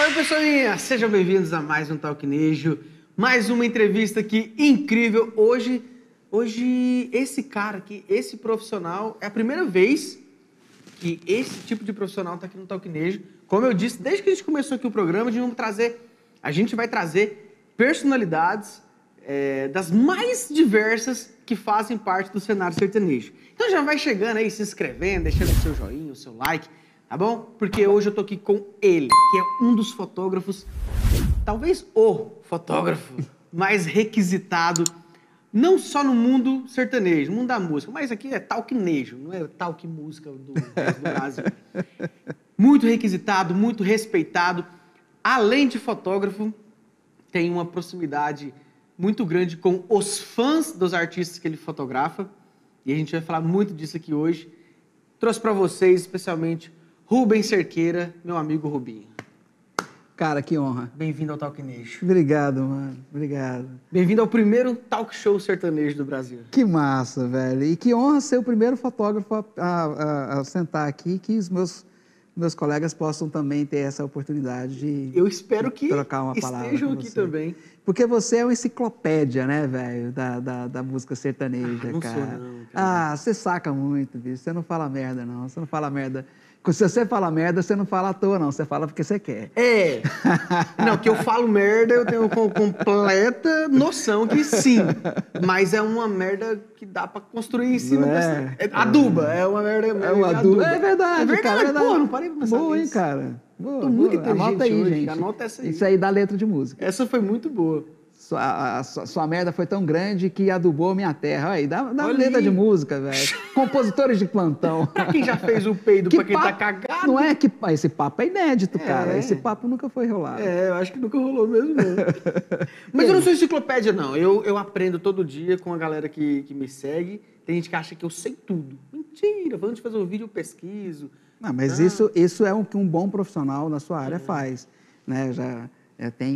Oi, pessoinha! Sejam bem-vindos a mais um Talknejo, mais uma entrevista aqui incrível. Hoje, esse cara aqui, esse profissional, é a primeira vez que esse tipo de profissional está aqui no Talknejo. Como eu disse, desde que a gente começou aqui o programa, a gente vai trazer personalidades das mais diversas que fazem parte do cenário sertanejo. Então já vai chegando aí, se inscrevendo, deixando o seu joinha, o seu like, tá bom? Porque hoje eu tô aqui com ele, que é um dos fotógrafos, talvez o fotógrafo mais requisitado, não só no mundo sertanejo, no mundo da música, mas aqui é talknejo, não é talk música do Brasil. Muito requisitado, muito respeitado. Além de fotógrafo, tem uma proximidade muito grande com os fãs dos artistas que ele fotografa. E a gente vai falar muito disso aqui hoje. Trouxe para vocês, especialmente, Rubem Cerqueira, meu amigo Rubinho. Cara, que honra. Bem-vindo ao Talknejo. Obrigado, mano. Obrigado. Bem-vindo ao primeiro talk show sertanejo do Brasil. Que massa, velho. E que honra ser o primeiro fotógrafo a sentar aqui, que os meus colegas possam também ter essa oportunidade de Eu espero que trocar uma palavra estejam com aqui você. também. Porque você é uma enciclopédia, né, velho, da música sertaneja, não cara. sou não, cara. Ah, você saca muito, bicho. Você não fala merda, não. Você não fala merda. Se você fala merda, você não fala à toa, não. Você fala porque você quer. É. Não, que eu falo merda, eu tenho completa noção que sim. Mas é uma merda que dá pra construir em cima. Aduba. É uma merda. É uma aduba. É verdade, cara. É verdade. Pô, não parei pra pensar boa, nisso. Hein, cara. Boa, Tô muito inteligente Anota aí, hoje. gente. Anota essa aí. Isso aí dá letra de música. Essa foi muito boa. Sua merda foi tão grande que adubou minha terra. Aí, dá Olha letra aí. de música, velho. Compositores de plantão. Pra quem já fez o peido, pra quem tá cagado. Não é que esse papo é inédito, cara. Esse papo nunca foi rolado. Eu acho que nunca rolou mesmo, não. Mas eu não sou enciclopédia, não. Eu aprendo todo dia com a galera que me segue. Tem gente que acha que eu sei tudo. Mentira, antes de fazer um vídeo eu pesquiso. Não, mas isso é o que um bom profissional na sua área faz. Né? Tem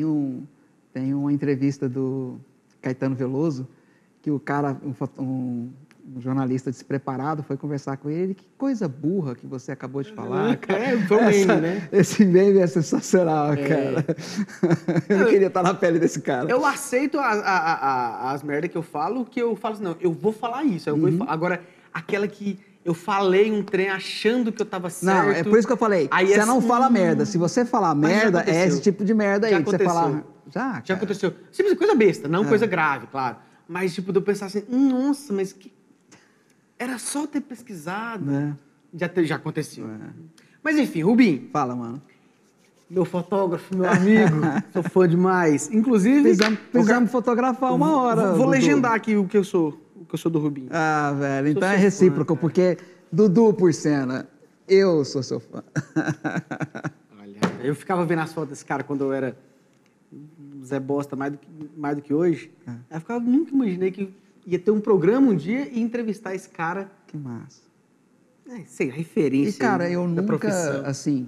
uma entrevista do Caetano Veloso, que o cara, um jornalista despreparado, foi conversar com ele. Que coisa burra que você acabou de falar, cara. Foi um meme, né? Esse meme é sensacional, cara. Eu não queria estar na pele desse cara. Eu aceito as merdas que eu falo assim, não, eu vou falar isso. Agora, aquela que eu falei um trem achando que eu tava certo... Não, é por isso que eu falei. Aí você não fala merda. Se você falar merda, é esse tipo de merda aí. Já que você falar. Já aconteceu. Simples, coisa besta, não coisa grave, claro. Mas, tipo, de eu pensar assim, nossa, mas que... Era só ter pesquisado. Já aconteceu. Mas, enfim, Rubinho. Fala, mano. Meu fotógrafo, meu amigo, sou fã demais. Inclusive... Precisamos fotografar uma hora. Vou legendar aqui o que eu sou do Rubinho. Ah, velho, então é recíproco, porque Dudu Porcena, eu sou seu fã. Olha, eu ficava vendo as fotos desse cara quando eu era Zé Bosta mais do que hoje. Eu nunca imaginei que ia ter um programa um dia e entrevistar esse cara. Que massa. Sei, referência. E, cara, eu nunca, profissão. assim...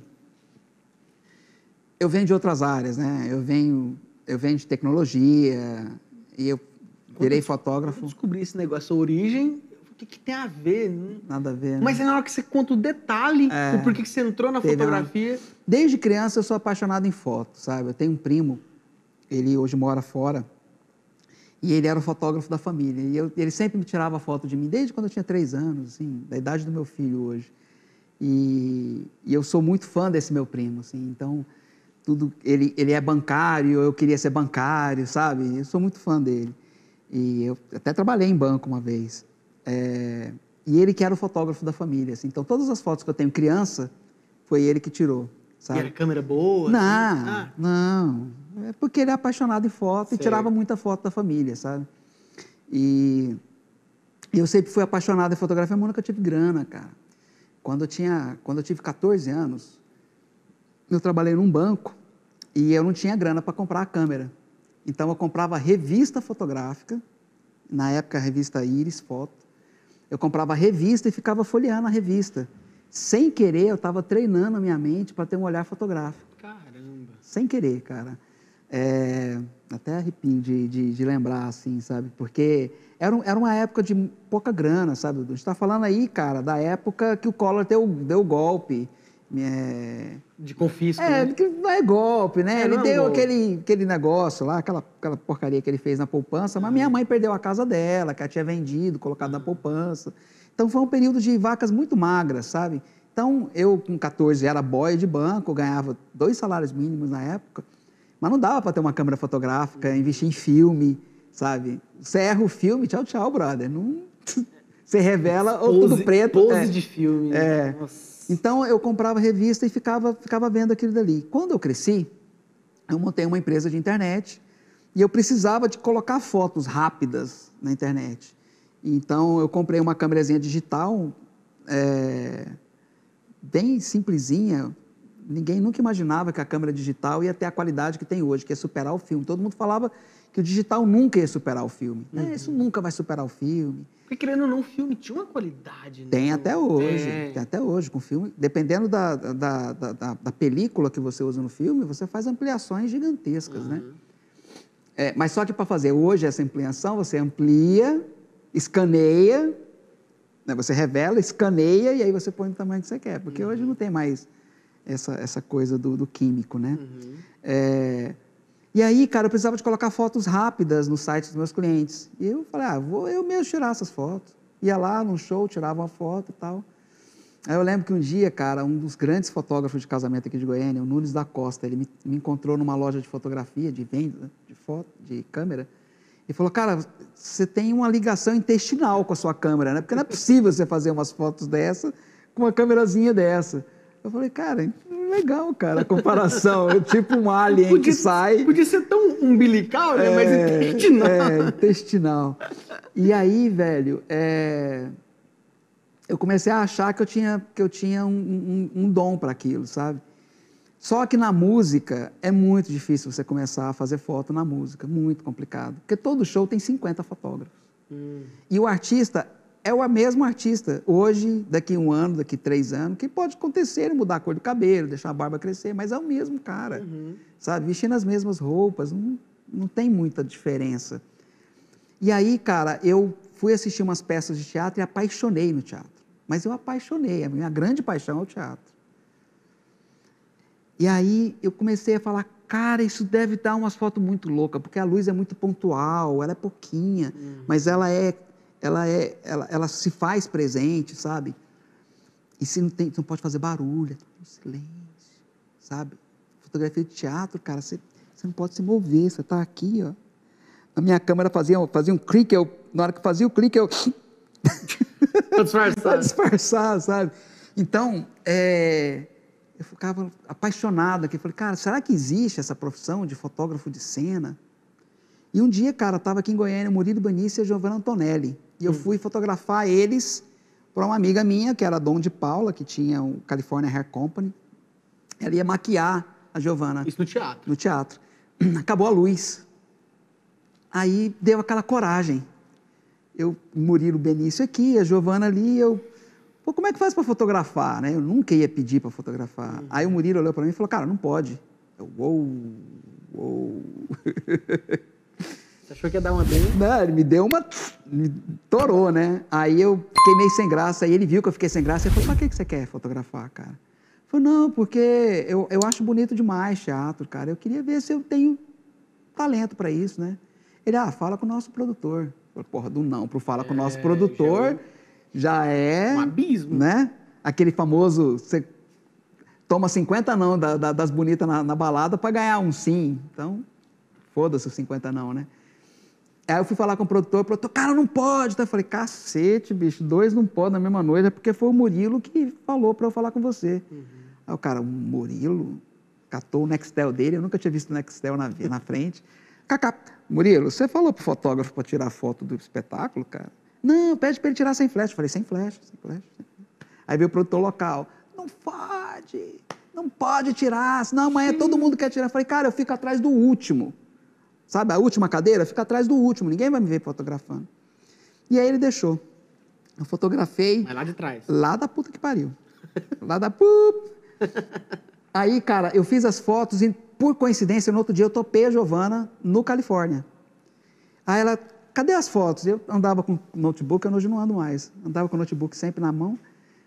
Eu venho de outras áreas, né? Eu venho de tecnologia e eu virei fotógrafo. Eu descobri esse negócio, a origem, o que tem a ver? Nada a ver, né? Mas na hora que você conta o detalhe, o porquê que você entrou na fotografia... Desde criança eu sou apaixonado em foto, sabe? Eu tenho um primo, ele hoje mora fora, e ele era o fotógrafo da família. E ele sempre me tirava foto de mim, desde quando eu tinha 3 anos, assim, da idade do meu filho hoje. E eu sou muito fã desse meu primo, assim, então... Ele é bancário, eu queria ser bancário, sabe? Eu sou muito fã dele. E eu até trabalhei em banco uma vez. E ele que era o fotógrafo da família. Assim. Então, todas as fotos que eu tenho criança, foi ele que tirou. Sabe? E era câmera boa? Não, não. É porque ele é apaixonado em foto e tirava muita foto da família, sabe? E eu sempre fui apaixonado em fotografia, mas nunca tive grana, cara. Quando eu tive 14 anos, eu trabalhei num banco e eu não tinha grana para comprar a câmera. Então, eu comprava revista fotográfica, na época a revista Iris Foto. Eu comprava a revista e ficava folheando a revista. Sem querer, eu estava treinando a minha mente para ter um olhar fotográfico. Caramba! Sem querer, cara. Até arrepio de lembrar, assim, sabe? Porque era uma época de pouca grana, sabe? A gente está falando aí, cara, da época que o Collor deu o golpe. De confisco, né? Porque não é golpe, né? Ele não é um deu golpe. aquele negócio lá, aquela porcaria que ele fez na poupança, mas minha mãe perdeu a casa dela, que ela tinha vendido, colocado na poupança. Então foi um período de vacas muito magras, sabe? Então eu com 14 era boy de banco, ganhava 2 salários mínimos na época, mas não dava para ter uma câmera fotográfica, investir em filme, sabe? Você erra o filme, tchau, tchau, brother. Não... Você revela ou tudo preto. Pose de filme. Nossa. Então, eu comprava revista e ficava vendo aquilo dali. Quando eu cresci, eu montei uma empresa de internet e eu precisava de colocar fotos rápidas na internet. Então, eu comprei uma câmerazinha digital, bem simplesinha. Ninguém nunca imaginava que a câmera digital ia ter a qualidade que tem hoje, que é superar o filme. Todo mundo falava que o digital nunca ia superar o filme. Isso nunca vai superar o filme. Porque, querendo ou não, o filme tinha uma qualidade, né? Tem até hoje. Tem até hoje. Com filme, dependendo da película que você usa no filme, você faz ampliações gigantescas, né? Mas só que para fazer hoje essa ampliação, você amplia, escaneia, né? Você revela, escaneia e aí você põe no tamanho que você quer. Porque hoje não tem mais essa coisa do químico, né? E aí, cara, eu precisava de colocar fotos rápidas no site dos meus clientes. E eu falei, vou eu mesmo tirar essas fotos. Ia lá num show, tirava uma foto e tal. Aí eu lembro que um dia, cara, um dos grandes fotógrafos de casamento aqui de Goiânia, o Nunes da Costa, ele me encontrou numa loja de fotografia, de venda, de foto, de câmera, e falou, cara, você tem uma ligação intestinal com a sua câmera, né? Porque não é possível você fazer umas fotos dessa com uma câmerazinha dessa. Eu falei, cara, legal, cara, a comparação. É tipo um alien que sai. Podia ser tão umbilical, né? Mas intestinal. Intestinal. E aí, velho, eu comecei a achar que eu tinha um dom para aquilo, sabe? Só que na música é muito difícil você começar a fazer foto na música, muito complicado. Porque todo show tem 50 fotógrafos. E o artista é o mesmo artista, hoje, daqui 1 ano, daqui 3 anos, que pode acontecer, ele mudar a cor do cabelo, deixar a barba crescer, mas é o mesmo cara, sabe? Vestindo as mesmas roupas, não tem muita diferença. E aí, cara, eu fui assistir umas peças de teatro e apaixonei no teatro. Mas eu apaixonei, a minha grande paixão é o teatro. E aí eu comecei a falar, cara, isso deve dar umas fotos muito loucas, porque a luz é muito pontual, ela é pouquinha, mas ela se faz presente, sabe? E se não pode fazer barulho, é silêncio, sabe? Fotografia de teatro, cara, você não pode se mover, você está aqui, ó. A minha câmera fazia um clique, na hora que fazia o clique, eu... Para disfarçar, sabe? Então, eu ficava apaixonado aqui, falei, cara, será que existe essa profissão de fotógrafo de cena? E um dia, cara, estava aqui em Goiânia, o Murilo Benício e a Giovanna Antonelli. E eu fui fotografar eles para uma amiga minha, que era a Dom de Paula, que tinha o California Hair Company. Ela ia maquiar a Giovanna. Isso no teatro? No teatro. Acabou a luz. Aí deu aquela coragem. O Murilo Benício aqui, a Giovanna ali, pô, como é que faz para fotografar, né? Eu nunca ia pedir para fotografar. Aí o Murilo olhou para mim e falou, cara, não pode. Uou. Você achou que ia dar uma bem? Não, ele me torou, né? Aí eu fiquei meio sem graça, aí ele viu que eu fiquei sem graça, e falou, pra que você quer fotografar, cara? Eu falei, não, porque eu acho bonito demais teatro, cara, eu queria ver se eu tenho talento para isso, né? Ele, fala com o nosso produtor. Eu falei, porra, do não pro fala com o nosso produtor, já é... um abismo. Né? Aquele famoso, você toma 50 não das bonitas na balada para ganhar um sim, então, foda-se os 50 não, né? Aí eu fui falar com o produtor, cara, não pode. Então eu falei, cacete, bicho, 2 não pode na mesma noite, é porque foi o Murilo que falou para eu falar com você. Aí o cara, o Murilo, catou o Nextel dele, eu nunca tinha visto o Nextel na frente. Cacá, Murilo, você falou pro fotógrafo para tirar foto do espetáculo, cara? Não, pede para ele tirar sem flash. Eu falei, sem flash. Aí veio o produtor local, não pode tirar, senão amanhã todo mundo quer tirar. Eu falei, cara, eu fico atrás do último. Sabe, a última cadeira fica atrás do último, ninguém vai me ver fotografando. E aí ele deixou. Eu fotografei... Mas lá de trás. Lá da puta que pariu. Lá da puta. Aí, cara, eu fiz as fotos e, por coincidência, no outro dia eu topei a Giovanna no Califórnia. Aí ela, cadê as fotos? Eu andava com notebook, eu hoje não ando mais. Andava com o notebook sempre na mão.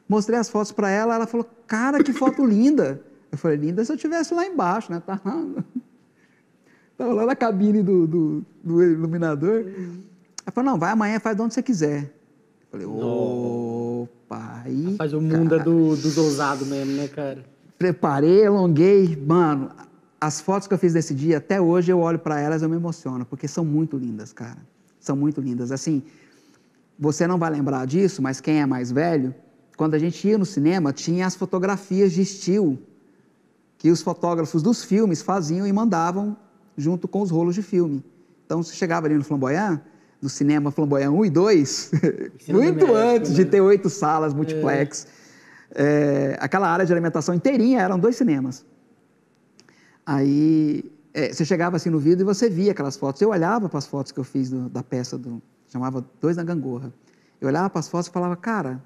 Mostrei as fotos para ela, ela falou, cara, que foto linda. Eu falei, linda se eu estivesse lá embaixo, né? Tava lá na cabine do iluminador. Ela falou, não, vai amanhã, faz de onde você quiser. Eu falei, opa, aí... Faz o mundo dos ousados mesmo, né, cara? Preparei, alonguei. Mano, as fotos que eu fiz desse dia, até hoje eu olho para elas e eu me emociono, porque são muito lindas, cara. São muito lindas. Assim, você não vai lembrar disso, mas quem é mais velho, quando a gente ia no cinema, tinha as fotografias de estilo que os fotógrafos dos filmes faziam e mandavam junto com os rolos de filme. Então, você chegava ali no Flamboyant, no cinema Flamboyant 1 e 2, muito antes de ter 8 salas multiplex, aquela área de alimentação inteirinha eram 2 cinemas. Aí, você chegava assim no vidro e você via aquelas fotos. Eu olhava para as fotos que eu fiz da peça, chamava Dois na Gangorra. Eu olhava para as fotos e falava, cara,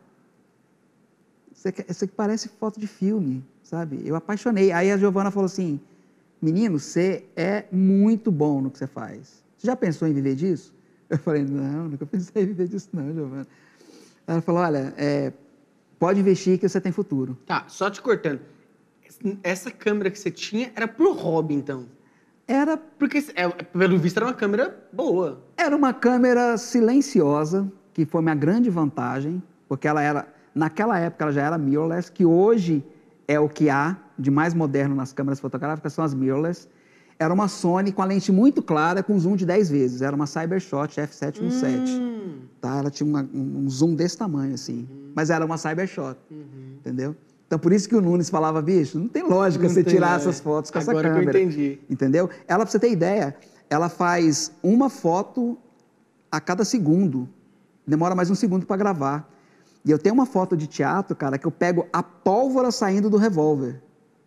isso aqui parece foto de filme, sabe? Eu apaixonei. Aí a Giovana falou assim, menino, você é muito bom no que você faz. Você já pensou em viver disso? Eu falei, não, nunca pensei em viver disso não, Giovana. Ela falou, olha, pode investir que você tem futuro. Tá, só te cortando. Essa câmera que você tinha era pro hobby, então? Era... Porque, pelo visto, era uma câmera boa. Era uma câmera silenciosa, que foi minha grande vantagem, porque ela era, naquela época, ela já era mirrorless, que hoje é o que há de mais moderno nas câmeras fotográficas, são as mirrorless. Era uma Sony com a lente muito clara, com zoom de 10 vezes. Era uma Cybershot F717. Tá? Ela tinha um zoom desse tamanho, assim. Mas era uma Cybershot, entendeu? Então, por isso que o Nunes falava, bicho, não tem lógica você tirar essas fotos com essa câmera. Agora que eu entendi. Entendeu? Ela, pra você ter ideia, ela faz uma foto a cada segundo. Demora mais um segundo para gravar. E eu tenho uma foto de teatro, cara, que eu pego a pólvora saindo do revólver.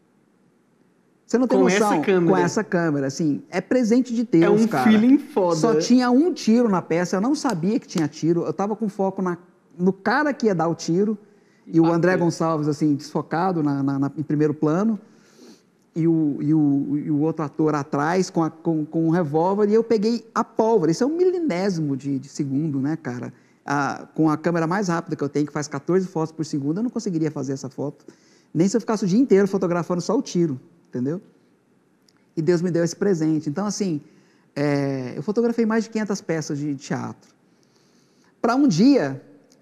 Você não tem noção? Essa câmera. Com essa câmera, assim, é presente de Deus, cara. É um feeling foda. Só tinha um tiro na peça, eu não sabia que tinha tiro, eu tava com foco no cara que ia dar o tiro, e o André Gonçalves, assim, desfocado em primeiro plano, e o outro ator atrás com um revólver, e eu peguei a pólvora. Isso é 1/1000 de segundo, né, cara? Com a câmera mais rápida que eu tenho, que faz 14 fotos por segundo, eu não conseguiria fazer essa foto. Nem se eu ficasse o dia inteiro fotografando só o tiro, entendeu? E Deus me deu esse presente. Então, assim, eu fotografei mais de 500 peças de teatro. Para um dia,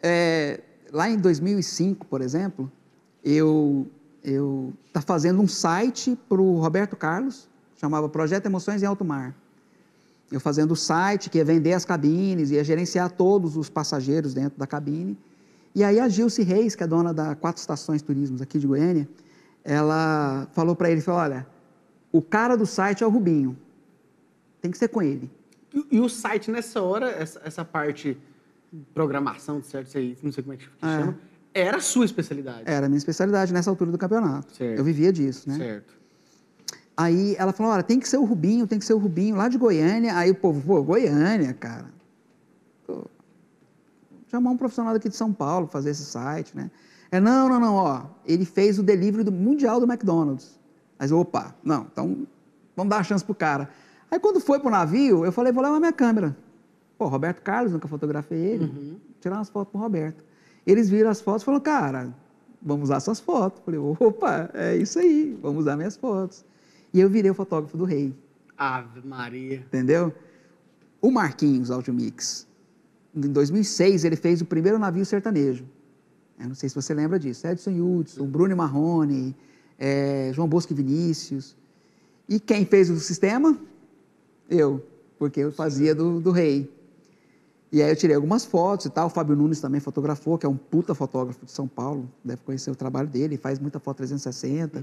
lá em 2005, por exemplo, eu estava fazendo um site para o Roberto Carlos, chamava Projeto Emoções em Alto Mar. Eu fazendo o site, que ia vender as cabines, ia gerenciar todos os passageiros dentro da cabine. E aí a Gilce Reis, que é dona da 4 Estações Turismos aqui de Goiânia, ela falou para ele, falou, olha, o cara do site é o Rubinho, tem que ser com ele. E o site, nessa hora, essa parte de programação, certo? Não sei como é que chama, era a sua especialidade. Era a minha especialidade nessa altura do campeonato. Certo. Eu vivia disso, né? Certo. Aí ela falou, olha, tem que ser o Rubinho, lá de Goiânia. Aí o povo, pô, Goiânia, cara. Vou chamar um profissional daqui de São Paulo fazer esse site, né? Não, ó, ele fez o delivery mundial do McDonald's. Mas, opa, não, então vamos dar uma chance pro cara. Aí quando foi pro navio, eu falei, vou levar minha câmera. Pô, Roberto Carlos, nunca fotografei ele, tirar umas fotos pro Roberto. Eles viram as fotos e falaram, cara, vamos usar suas fotos. Eu falei, opa, é isso aí, vamos usar minhas fotos. E eu virei o fotógrafo do rei. Ave Maria. Entendeu? O Marquinhos Audiomix, em 2006, ele fez o primeiro navio sertanejo. Eu não sei se você lembra disso. Edson Hudson, Bruno Marrone, João Bosco e Vinícius. E quem fez o sistema? Eu, porque eu fazia do rei. E aí eu tirei algumas fotos e tal. O Fábio Nunes também fotografou, que é um puta fotógrafo de São Paulo. Deve conhecer o trabalho dele, faz muita foto 360.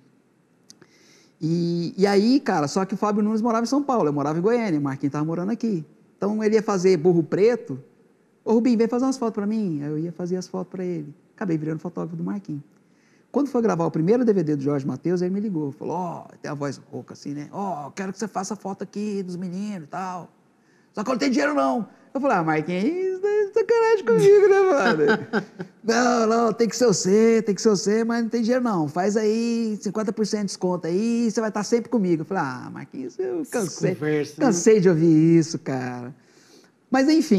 E aí, cara, só que o Fábio Nunes morava em São Paulo, eu morava em Goiânia, o Marquinhos estava morrando aqui. Então ele ia fazer Burro Preto. Ô Rubinho, vem fazer umas fotos para mim. Aí eu ia fazer as fotos para ele. Acabei virando fotógrafo do Marquinhos. Quando foi gravar o primeiro DVD do Jorge Mateus, ele me ligou. Falou, tem a voz rouca assim, né? Quero que você faça foto aqui dos meninos e tal. Só que eu não tenho dinheiro, não. Eu falei, Marquinhos, tá sacanagem comigo, né, mano? Não, tem que ser você, mas não tem dinheiro, não. Faz aí 50% de desconto aí, você vai estar sempre comigo. Eu falei, Marquinhos, eu cansei de ouvir isso, cara. Mas, enfim.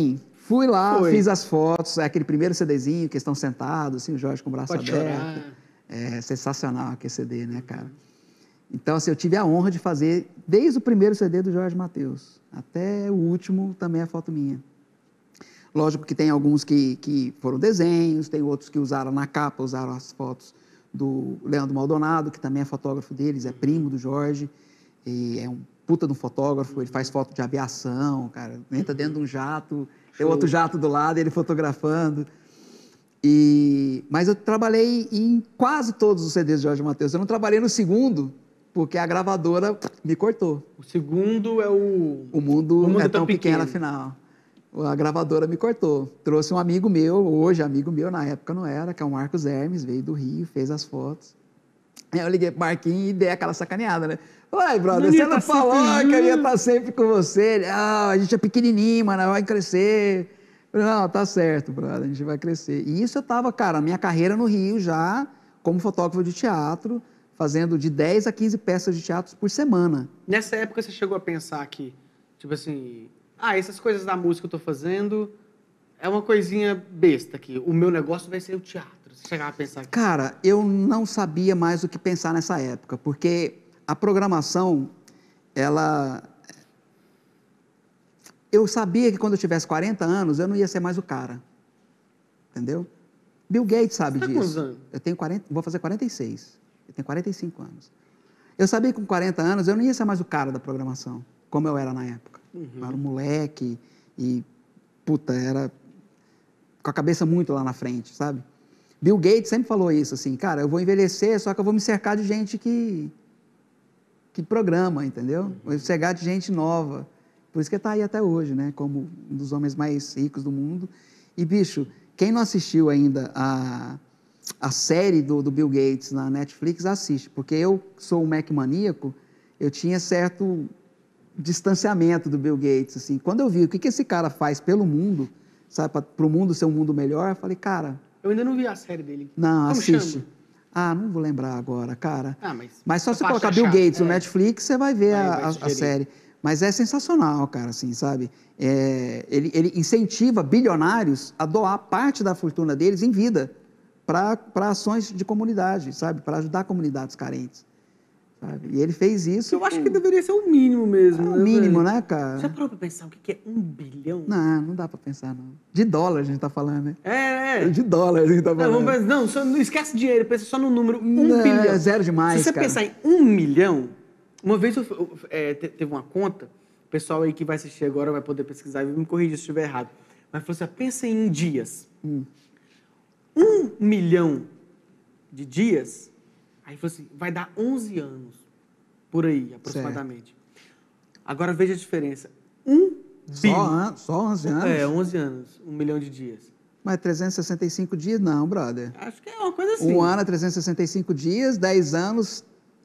Fui lá, Foi. fiz as fotos, aquele primeiro CDzinho, que estão sentados, assim, o Jorge com o braço Pode aberto. chorar. É sensacional aquele CD, né, cara? Então, assim, eu tive a honra de fazer desde o primeiro CD do Jorge Mateus até o último, também é foto minha. Lógico que tem alguns que foram desenhos, tem outros que usaram na capa, usaram as fotos do Leandro Maldonado, que também é fotógrafo deles, é primo do Jorge, e é um puta de um fotógrafo, ele faz foto de aviação, cara, entra dentro de um jato, tem outro jato do lado, ele fotografando. Mas eu trabalhei em quase todos os CDs de Jorge Mateus. Eu não trabalhei no segundo, porque a gravadora me cortou. O segundo é o... O mundo é tão tão pequeno, afinal. A gravadora me cortou. Trouxe um amigo meu, hoje amigo meu, na época não era, que é o Marcos Hermes, veio do Rio, fez as fotos. Aí eu liguei pro Marquinhos e dei aquela sacaneada, né? Oi, brother, você não falou que eu ia estar sempre com você? Ele, a gente é pequenininho, mano, vai crescer. Eu falei, não, tá certo, brother, a gente vai crescer. E isso eu tava, cara, minha carreira no Rio já, como fotógrafo de teatro, fazendo de 10 a 15 peças de teatro por semana. Nessa época você chegou a pensar que, tipo assim, essas coisas da música que eu tô fazendo é uma coisinha besta aqui. O meu negócio vai ser o teatro. Você chegava a pensar que... Cara, eu não sabia mais o que pensar nessa época, porque a programação, eu sabia que quando eu tivesse 40 anos, eu não ia ser mais o cara. Entendeu? Bill Gates sabe disso. Quantos anos? Eu tenho 40, vou fazer 46. Eu tenho 45 anos. Eu sabia que com 40 anos eu não ia ser mais o cara da programação, como eu era na época. Eu era um moleque e, puta, era com a cabeça muito lá na frente, sabe? Bill Gates sempre falou isso, assim, cara, eu vou envelhecer, só que eu vou me cercar de gente que programa, entendeu? Vou me cercar de gente nova. Por isso que ele está aí até hoje, né? Como um dos homens mais ricos do mundo. E, bicho, quem não assistiu ainda a série do Bill Gates na Netflix, assiste. Porque eu sou um Mac maníaco, eu tinha certo distanciamento do Bill Gates, assim. Quando eu vi o que esse cara faz pelo mundo, sabe, para o mundo ser um mundo melhor, eu falei, cara... Eu ainda não vi a série dele. Não, Como assiste. chama? Não vou lembrar agora, cara. Mas só eu se faço colocar Bill achar. Gates no Netflix, você vai ver Vai a série. Mas é sensacional, cara, assim, sabe? Ele incentiva bilionários a doar parte da fortuna deles em vida para ações de comunidade, sabe? Para ajudar comunidades carentes, sabe? E ele fez isso. Eu acho que deveria ser o mínimo mesmo. O mínimo, né, cara? Já parou para pensar o que é 1 bilhão? Não dá para pensar, não. De dólar a gente tá falando, né? De dólar a gente tá falando. Não esquece dinheiro, pensa só no número 1 bilhão. É zero demais, Se você cara. pensar em 1 milhão, uma vez teve uma conta, o pessoal aí que vai assistir agora vai poder pesquisar e me corrigir se estiver errado, mas falou assim, pensa em dias. 1 milhão de dias, aí falou assim, vai dar 11 anos, por aí, aproximadamente. Certo. Agora veja a diferença. 1 bilhão. Só 11 anos? 11 anos, 1 milhão de dias. Mas 365 dias, não, brother. Acho que é uma coisa assim. Um ano é 365 dias, 10 anos...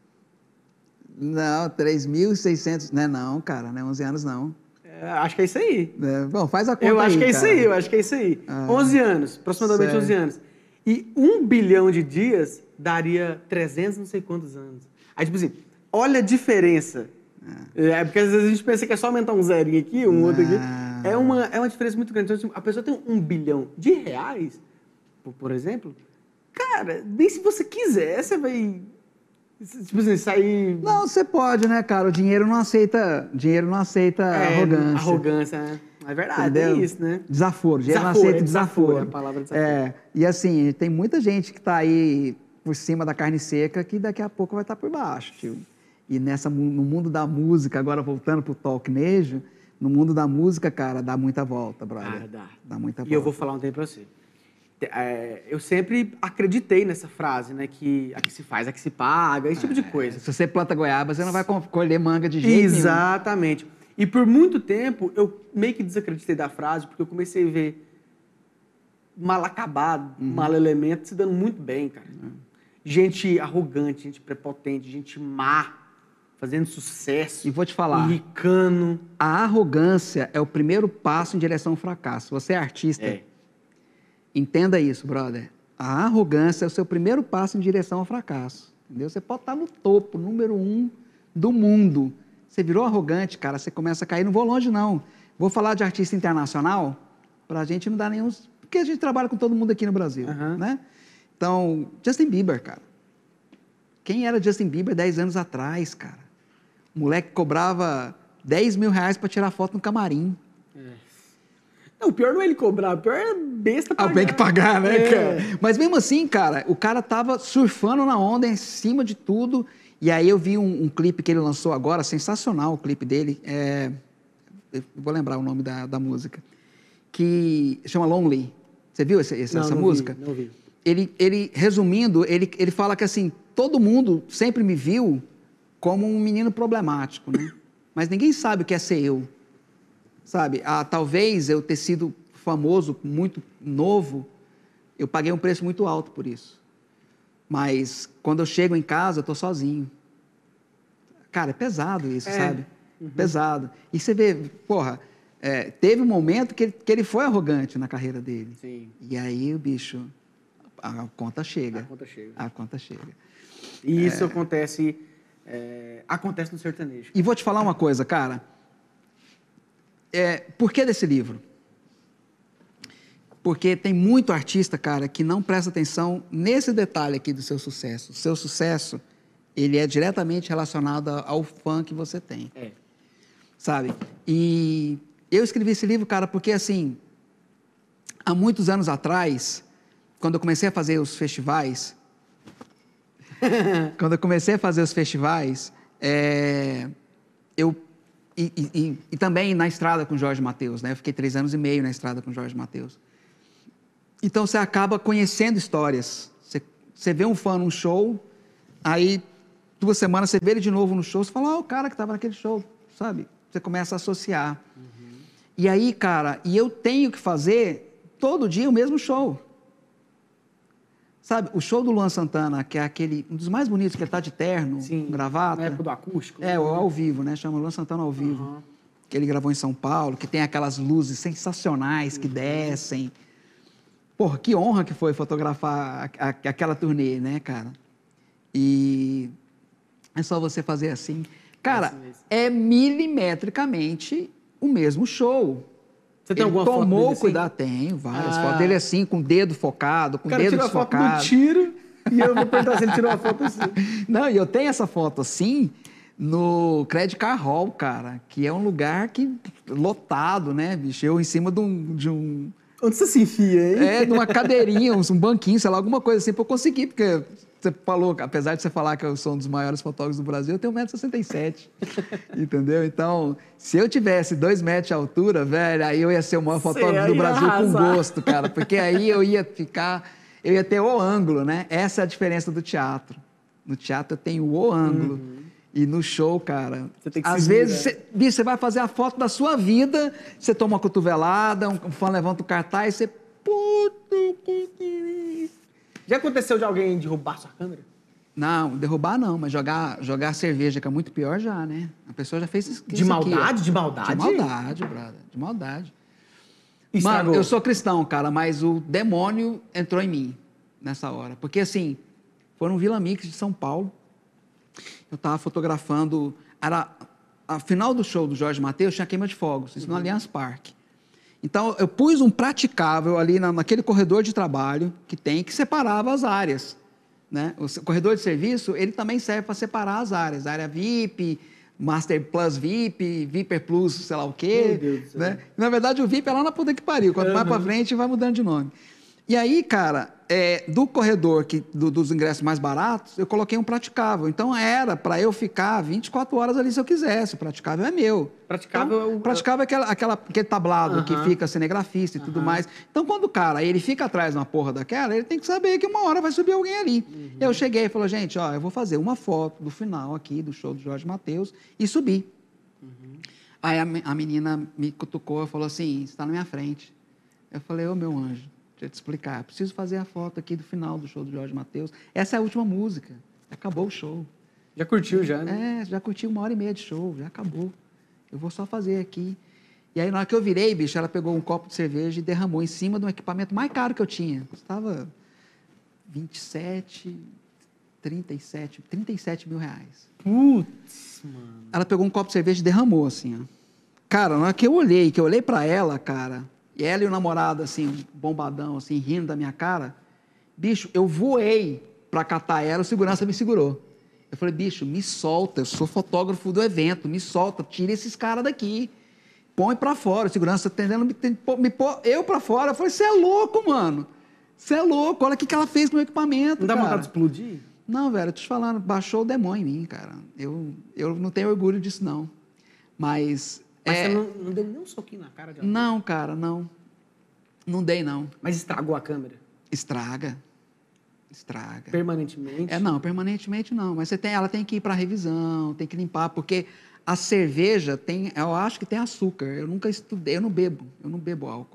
Não, 3.600... Não, cara, não é 11 anos, não. Acho que é isso aí. Bom, faz a conta eu acho aí, que é cara. isso aí, eu acho que é isso aí. 11 anos, aproximadamente certo. 11 anos. E 1 bilhão de dias daria 300 não sei quantos anos. Aí, tipo assim, olha a diferença. Porque às vezes a gente pensa que é só aumentar um zerinho aqui, outro aqui. É uma diferença muito grande. Então, a pessoa tem 1 bilhão de reais, por exemplo, cara, nem se você quiser, você vai... Tipo assim, sair... Não, você pode, né, cara? O dinheiro não aceita arrogância. Arrogância, né? É verdade, entendeu? É isso, né? Desaforo. O dinheiro não aceita desaforo. É a palavra desaforo. E assim, tem muita gente que tá aí por cima da carne seca que daqui a pouco vai estar por baixo, tio. E no mundo da música, agora voltando pro talknejo, no mundo da música, cara, dá muita volta, brother. Dá muita volta. E eu vou falar um tempo pra você. Eu sempre acreditei nessa frase, né? Que aqui se faz, aqui se paga, esse tipo de coisa. Se você planta goiaba, você não vai colher manga de jeito nenhum. Exatamente. E por muito tempo, eu meio que desacreditei da frase, porque eu comecei a ver mal acabado, mal elemento se dando muito bem, cara. Gente arrogante, gente prepotente, gente má, fazendo sucesso. E vou te falar. Enricando. A arrogância é o primeiro passo em direção ao fracasso. Você é artista. Entenda isso, brother. A arrogância é o seu primeiro passo em direção ao fracasso. Entendeu? Você pode estar no topo, número 1 do mundo. Você virou arrogante, cara, você começa a cair. Não vou longe, não. Vou falar de artista internacional Pra gente não dá nenhum... Porque a gente trabalha com todo mundo aqui no Brasil, né? Então, Justin Bieber, cara. Quem era Justin Bieber 10 anos atrás, cara? O moleque cobrava 10 mil reais pra tirar foto no camarim. Não, o pior não é ele cobrar, o pior é besta pagar. Tem que pagar, né, cara? Mas mesmo assim, cara, o cara tava surfando na onda em cima de tudo. E aí eu vi um clipe que ele lançou agora, sensacional o clipe dele. Eu vou lembrar o nome da música. Que chama Lonely. Você viu essa música? Não vi. Ele resumindo, ele fala que assim, todo mundo sempre me viu como um menino problemático, né? Mas ninguém sabe o que é ser eu. Sabe? Talvez eu ter sido famoso, muito novo, eu paguei um preço muito alto por isso. Mas quando eu chego em casa, eu tô sozinho. Cara, é pesado isso, sabe? Pesado. E você vê, porra, teve um momento que ele foi arrogante na carreira dele. Sim. E aí o bicho, a conta chega. A conta chega. A conta chega. E isso acontece no sertanejo. E vou te falar uma coisa, cara. Por que desse livro? Porque tem muito artista, cara, que não presta atenção nesse detalhe aqui do seu sucesso. O seu sucesso, ele é diretamente relacionado ao fã que você tem. Sabe? E eu escrevi esse livro, cara, porque, assim, há muitos anos atrás, quando eu comecei a fazer os festivais, E também na estrada com Jorge Mateus, né? Eu fiquei 3 anos e meio na estrada com Jorge Mateus. Então, você acaba conhecendo histórias. Você vê um fã num show, aí 2 semanas você vê ele de novo no show, você fala, o cara que estava naquele show, sabe? Você começa a associar. E aí, cara, eu tenho que fazer todo dia o mesmo show. Sabe, o show do Luan Santana, que é um dos mais bonitos, que ele tá de terno, gravata. Na época do acústico. O ao vivo, né? Chama Luan Santana ao vivo. Que ele gravou em São Paulo, que tem aquelas luzes sensacionais que descem. Porra, que honra que foi fotografar aquela turnê, né, cara? E é só você fazer assim. Cara, é milimetricamente o mesmo show. Você tem alguma foto dele tomou assim? cuidado? Tenho várias fotos dele assim, com o dedo focado, com o dedo desfocado. Cara, tirou a foto do tiro e eu vou perguntar se ele tirou uma foto assim. Não, e eu tenho essa foto assim no Credit Car Hall, cara, que é um lugar lotado, né, bicho? Eu em cima de um... Onde você se enfia, hein? Numa cadeirinha, um banquinho, sei lá, alguma coisa assim, pra eu conseguir, porque você falou, apesar de você falar que eu sou um dos maiores fotógrafos do Brasil, eu tenho 1,67 m, entendeu? Então, se eu tivesse 2 metros de altura, velho, aí eu ia ser o maior fotógrafo do Brasil com gosto, cara, porque aí eu ia ter o ângulo, né? Essa é a diferença do teatro. No teatro eu tenho o ângulo. E no show, cara, às vezes você vai fazer a foto da sua vida, você toma uma cotovelada, um fã levanta o cartaz, você... Já aconteceu de alguém derrubar sua câmera? Não, derrubar não, mas jogar cerveja, que é muito pior já, né? A pessoa já fez isso. De maldade? Aqui, de maldade? De maldade, brother. De maldade. Estragou. Mano, eu sou cristão, cara, mas o demônio entrou em mim nessa hora. Porque, assim, foi no Vila Mix de São Paulo. Eu tava fotografando... A final do show do Jorge Mateus tinha queima de fogos. Isso no Allianz Parque. Então, eu pus um praticável ali naquele corredor de trabalho que separava as áreas, né? O corredor de serviço, ele também serve para separar as áreas. Área VIP, Master Plus VIP, Viper Plus, sei lá o quê. Meu Deus do céu. Né? Na verdade, o VIP é lá na puta que pariu. Quanto mais para frente, vai mudando de nome. E aí, cara, do corredor dos ingressos mais baratos, eu coloquei um praticável. Então, era para eu ficar 24 horas ali se eu quisesse. O praticável é meu. Praticável é aquele tablado que fica cinegrafista e tudo mais. Então, quando o cara ele fica atrás de uma porra daquela, ele tem que saber que uma hora vai subir alguém ali. Eu cheguei e falei, gente, eu vou fazer uma foto do final aqui do show do Jorge Mateus e subi. Aí a menina me cutucou e falou assim, você está na minha frente. Eu falei, meu anjo, deixa eu te explicar, eu preciso fazer a foto aqui do final do show do Jorge Mateus. Essa é a última música, acabou o show. Já curtiu, já, né? Já curti 1h30 de show, já acabou. Eu vou só fazer aqui. E aí, na hora que eu virei, bicho, ela pegou um copo de cerveja e derramou em cima de um equipamento mais caro que eu tinha. Custava 37 mil reais. Putz, mano. Ela pegou um copo de cerveja e derramou, assim, ó. Cara, na hora que eu olhei pra ela, cara, E ela e o namorado, assim, bombadão, assim, rindo da minha cara. Bicho, eu voei pra catar ela, o segurança me segurou. Eu falei, bicho, me solta, eu sou fotógrafo do evento, me solta, tira esses caras daqui. Põe pra fora. O segurança tentando me pôr eu pra fora. Eu falei, você é louco, mano. Você é louco, olha o que ela fez com o equipamento, Não dá cara. vontade de explodir? Não, velho, eu tô te falando, baixou o demônio em mim, cara. Eu não tenho orgulho disso, não. Mas você não deu nem um soquinho na cara dela? Não, cara, não. Não dei, não. Mas estragou a câmera? Estraga. Permanentemente? Não, permanentemente não. Mas ela tem que ir para revisão, tem que limpar, porque a cerveja eu acho que tem açúcar. Eu nunca estudei, eu não bebo álcool.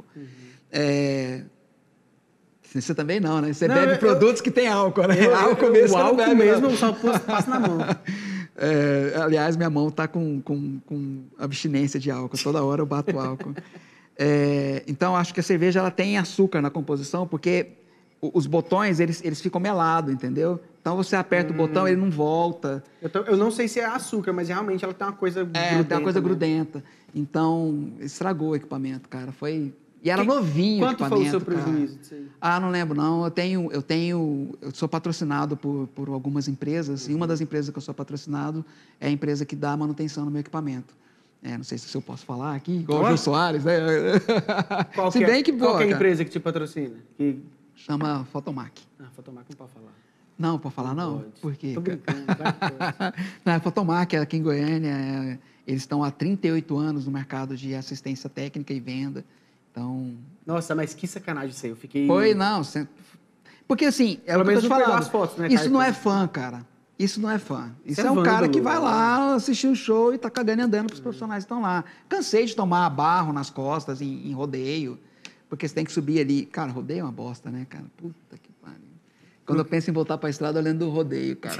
Você também não, né? Você bebe produtos que tem álcool, né? Álcool mesmo, o álcool mesmo, eu só passo na mão. Aliás, minha mão está com abstinência de álcool. Toda hora eu bato álcool. Então, acho que a cerveja ela tem açúcar na composição, porque os botões, eles ficam melados, entendeu? Então, você aperta o botão, ele não volta. Eu não sei se é açúcar, mas realmente ela tem uma coisa grudenta. Tem uma coisa né? grudenta. Então, estragou o equipamento, cara. E era novinho o equipamento. Quanto foi o seu prejuízo disso aí? Não lembro, não. Eu sou patrocinado por algumas empresas, e uma das empresas que eu sou patrocinado é a empresa que dá manutenção no meu equipamento. Não sei se eu posso falar aqui, igual o Jô Soares, né? Qual que é a empresa que te patrocina? Chama Fotomac. Fotomac não pode falar. Não, pode falar não? Pode. Por quê? Tô brincando, vai. Não, a Fotomac é aqui em Goiânia, eles estão há 38 anos no mercado de assistência técnica e venda. Então... Nossa, mas que sacanagem isso aí, eu fiquei... Não. Porque assim, é o que eu tô te falando. As fotos, né, isso não é fã, cara. Isso não é fã. Isso é um vândalo, cara que vai lá assistir um show e tá cagando e andando pros profissionais que estão lá. Cansei de tomar barro nas costas em rodeio, porque você tem que subir ali. Cara, rodeio é uma bosta, né, cara? Puta que pariu. Quando eu penso em voltar pra estrada, eu lembro do rodeio, cara.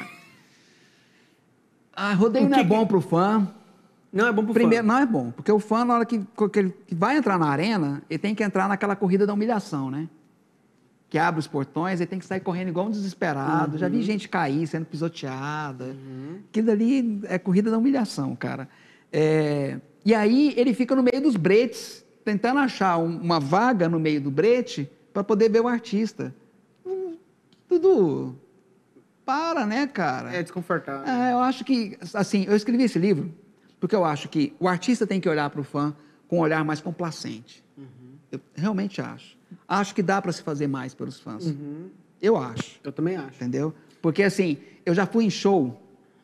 Rodeio não é bom pro fã. Não é bom pro Primeiro, fã? não é bom, porque o fã, na hora que ele vai entrar na arena, ele tem que entrar naquela corrida da humilhação, né? Que abre os portões, ele tem que sair correndo igual um desesperado. Já vi gente cair, sendo pisoteada. Aquilo ali é corrida da humilhação, cara. E aí ele fica no meio dos bretes, tentando achar uma vaga no meio do brete para poder ver o artista. Dudu, para, né, cara? É desconfortável. Eu acho que, assim, eu escrevi esse livro porque eu acho que o artista tem que olhar para o fã com um olhar mais complacente. Eu realmente acho. Acho que dá para se fazer mais pelos fãs. Eu acho. Eu também acho. Entendeu? Porque, assim, eu já fui em show...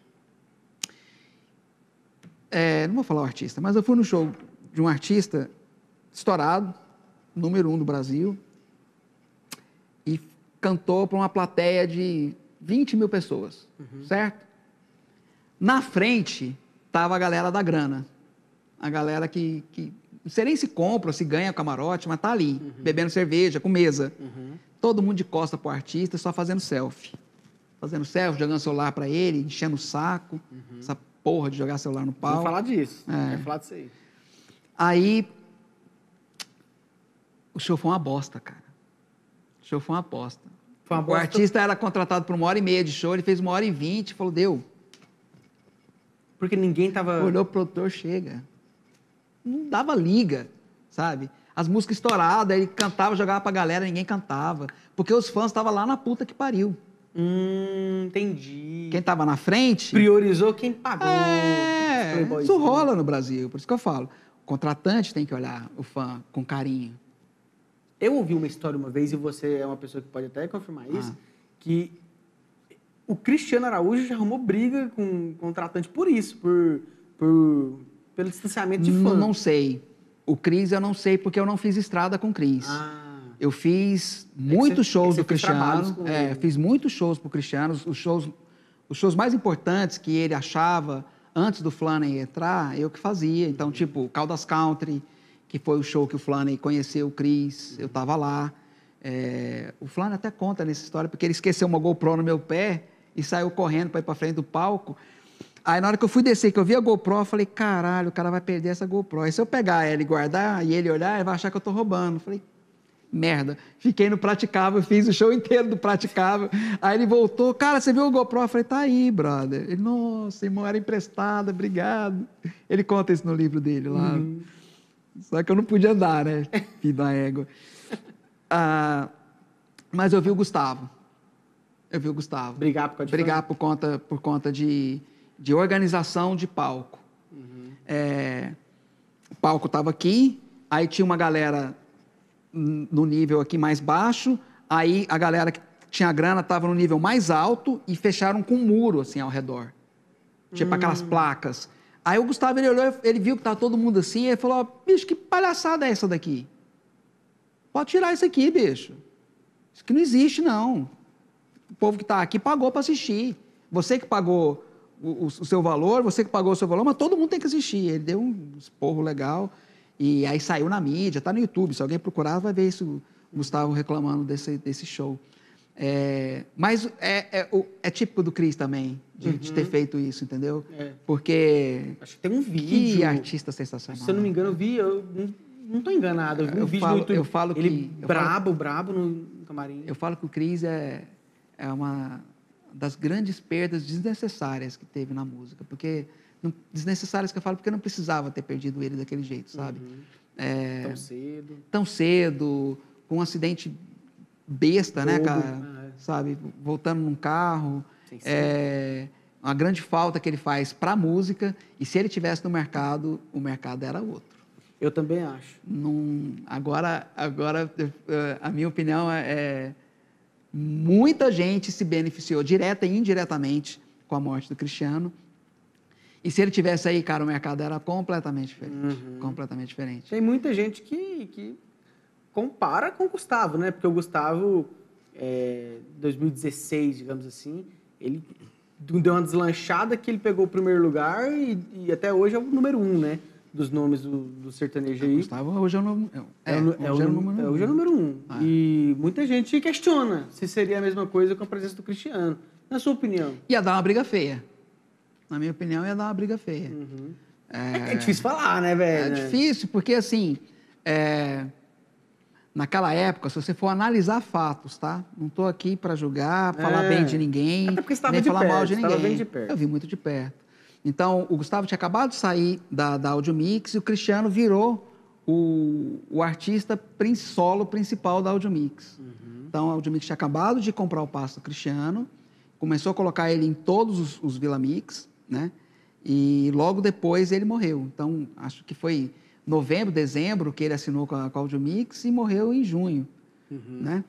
não vou falar o artista, mas eu fui no show de um artista estourado, número 1 do Brasil, e cantou para uma plateia de 20 mil pessoas, certo? Na frente estava a galera da grana, a galera que não sei nem se compra ou se ganha camarote, mas tá ali, bebendo cerveja, com mesa. Todo mundo de costa pro artista, só fazendo selfie. Fazendo selfie, jogando celular para ele, enchendo o saco, essa porra de jogar celular no pau. Vamos falar disso. Vamos falar disso aí. Aí, o show foi uma bosta, cara. O show foi uma bosta. O artista era contratado por 1h30 de show, ele fez 1h20, falou, deu. Porque ninguém tava... Olhou pro produtor, chega. Não dava liga, sabe? As músicas estouradas, ele cantava, jogava pra galera, ninguém cantava. Porque os fãs estavam lá na puta que pariu. Entendi. Quem tava na frente... Priorizou quem pagou. Isso rola no Brasil, por isso que eu falo. O contratante tem que olhar o fã com carinho. Eu ouvi uma história uma vez, e você é uma pessoa que pode até confirmar isso, que o Cristiano Araújo já arrumou briga com o contratante por isso, pelo distanciamento de fã. Não sei. O Cris eu não sei, porque eu não fiz estrada com o Cris. Eu fiz muitos shows do Cristiano. Fiz muitos shows pro Cristiano. Os shows mais importantes que ele achava antes do Flaney entrar, eu que fazia. Então, tipo, Caldas Country, que foi o show que o Flaney conheceu o Cris, eu tava lá. O Flaney até conta nessa história, porque ele esqueceu uma GoPro no meu pé e saiu correndo para ir para frente do palco. Aí, na hora que eu fui descer, que eu vi a GoPro, eu falei, caralho, o cara vai perder essa GoPro. Aí, se eu pegar ela e guardar, e ele olhar, ele vai achar que eu tô roubando. Eu falei, merda. Fiquei no Praticável, fiz o show inteiro do Praticável. Aí ele voltou, cara, você viu a GoPro? Eu falei, tá aí, brother. Ele, nossa, irmão, era emprestada, obrigado. Ele conta isso no livro dele lá. Só que eu não podia andar, né? Filho da égua. Mas eu vi o Gustavo. Brigar por causa de Brigar por conta de organização de palco. O palco estava aqui, aí tinha uma galera no nível aqui mais baixo, aí a galera que tinha grana estava no nível mais alto e fecharam com um muro assim ao redor. Tipo aquelas placas. Aí o Gustavo, ele olhou, ele viu que estava todo mundo assim, ele falou, bicho, que palhaçada é essa daqui? Pode tirar isso aqui, bicho. Isso aqui não existe, não. O povo que está aqui pagou para assistir. Você que pagou o seu valor, você que pagou o seu valor, mas todo mundo tem que assistir. Ele deu um esporro legal e aí saiu na mídia, está no YouTube. Se alguém procurar, vai ver isso, o Gustavo reclamando desse show. Mas é típico do Cris também, de ter feito isso, entendeu? Porque... Acho que tem um vídeo... Que artista sensacional. Se eu não me engano, eu vi... Não estou enganado, eu vi um vídeo no YouTube. Eu falo ele brabo no camarim. Eu falo que o Cris é uma das grandes perdas desnecessárias que teve na música, porque desnecessárias que eu falo porque não precisava ter perdido ele daquele jeito, sabe? Tão cedo, com um acidente besta, né, cara? Sabe? Voltando num carro. Uma grande falta que ele faz para a música, e se ele tivesse no mercado, o mercado era outro. Eu também acho. Agora, a minha opinião muita gente se beneficiou, direta e indiretamente, com a morte do Cristiano. E se ele tivesse aí, cara, o mercado era completamente diferente. Completamente diferente. Tem muita gente que compara com o Gustavo, né? Porque o Gustavo, 2016, digamos assim, ele deu uma deslanchada que ele pegou o primeiro lugar e até hoje é o número 1, né? Dos nomes do sertanejo aí. Gustavo hoje é o número 1. E muita gente questiona se seria a mesma coisa com a presença do Cristiano. Na sua opinião? Ia dar uma briga feia. Na minha opinião, ia dar uma briga feia. É difícil falar, né, velho? É difícil, porque assim, naquela época, se você for analisar fatos, tá? Não estou aqui para julgar, falar bem de ninguém, nem falar mal de ninguém. Eu vi muito de perto. Então, o Gustavo tinha acabado de sair da Audio Mix e o Cristiano virou o artista solo principal da Audio Mix. Então, a Audio Mix tinha acabado de comprar o passo do Cristiano, começou a colocar ele em todos os Vila Mix, né? E logo depois ele morreu. Então, acho que foi novembro, dezembro que ele assinou com a Audio Mix e morreu em junho, né?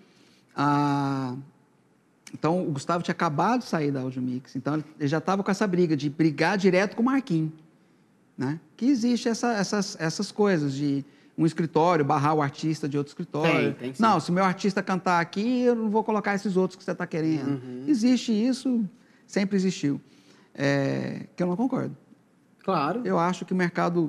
Então, o Gustavo tinha acabado de sair da Audio Mix, então ele já estava com essa briga de brigar direto com o Marquinhos, né? Que existe essas coisas de um escritório barrar o artista de outro escritório. Tem, não, se o meu artista cantar aqui, eu não vou colocar esses outros que você está querendo. Existe isso, sempre existiu. Que eu não concordo. Claro. Eu acho que o mercado...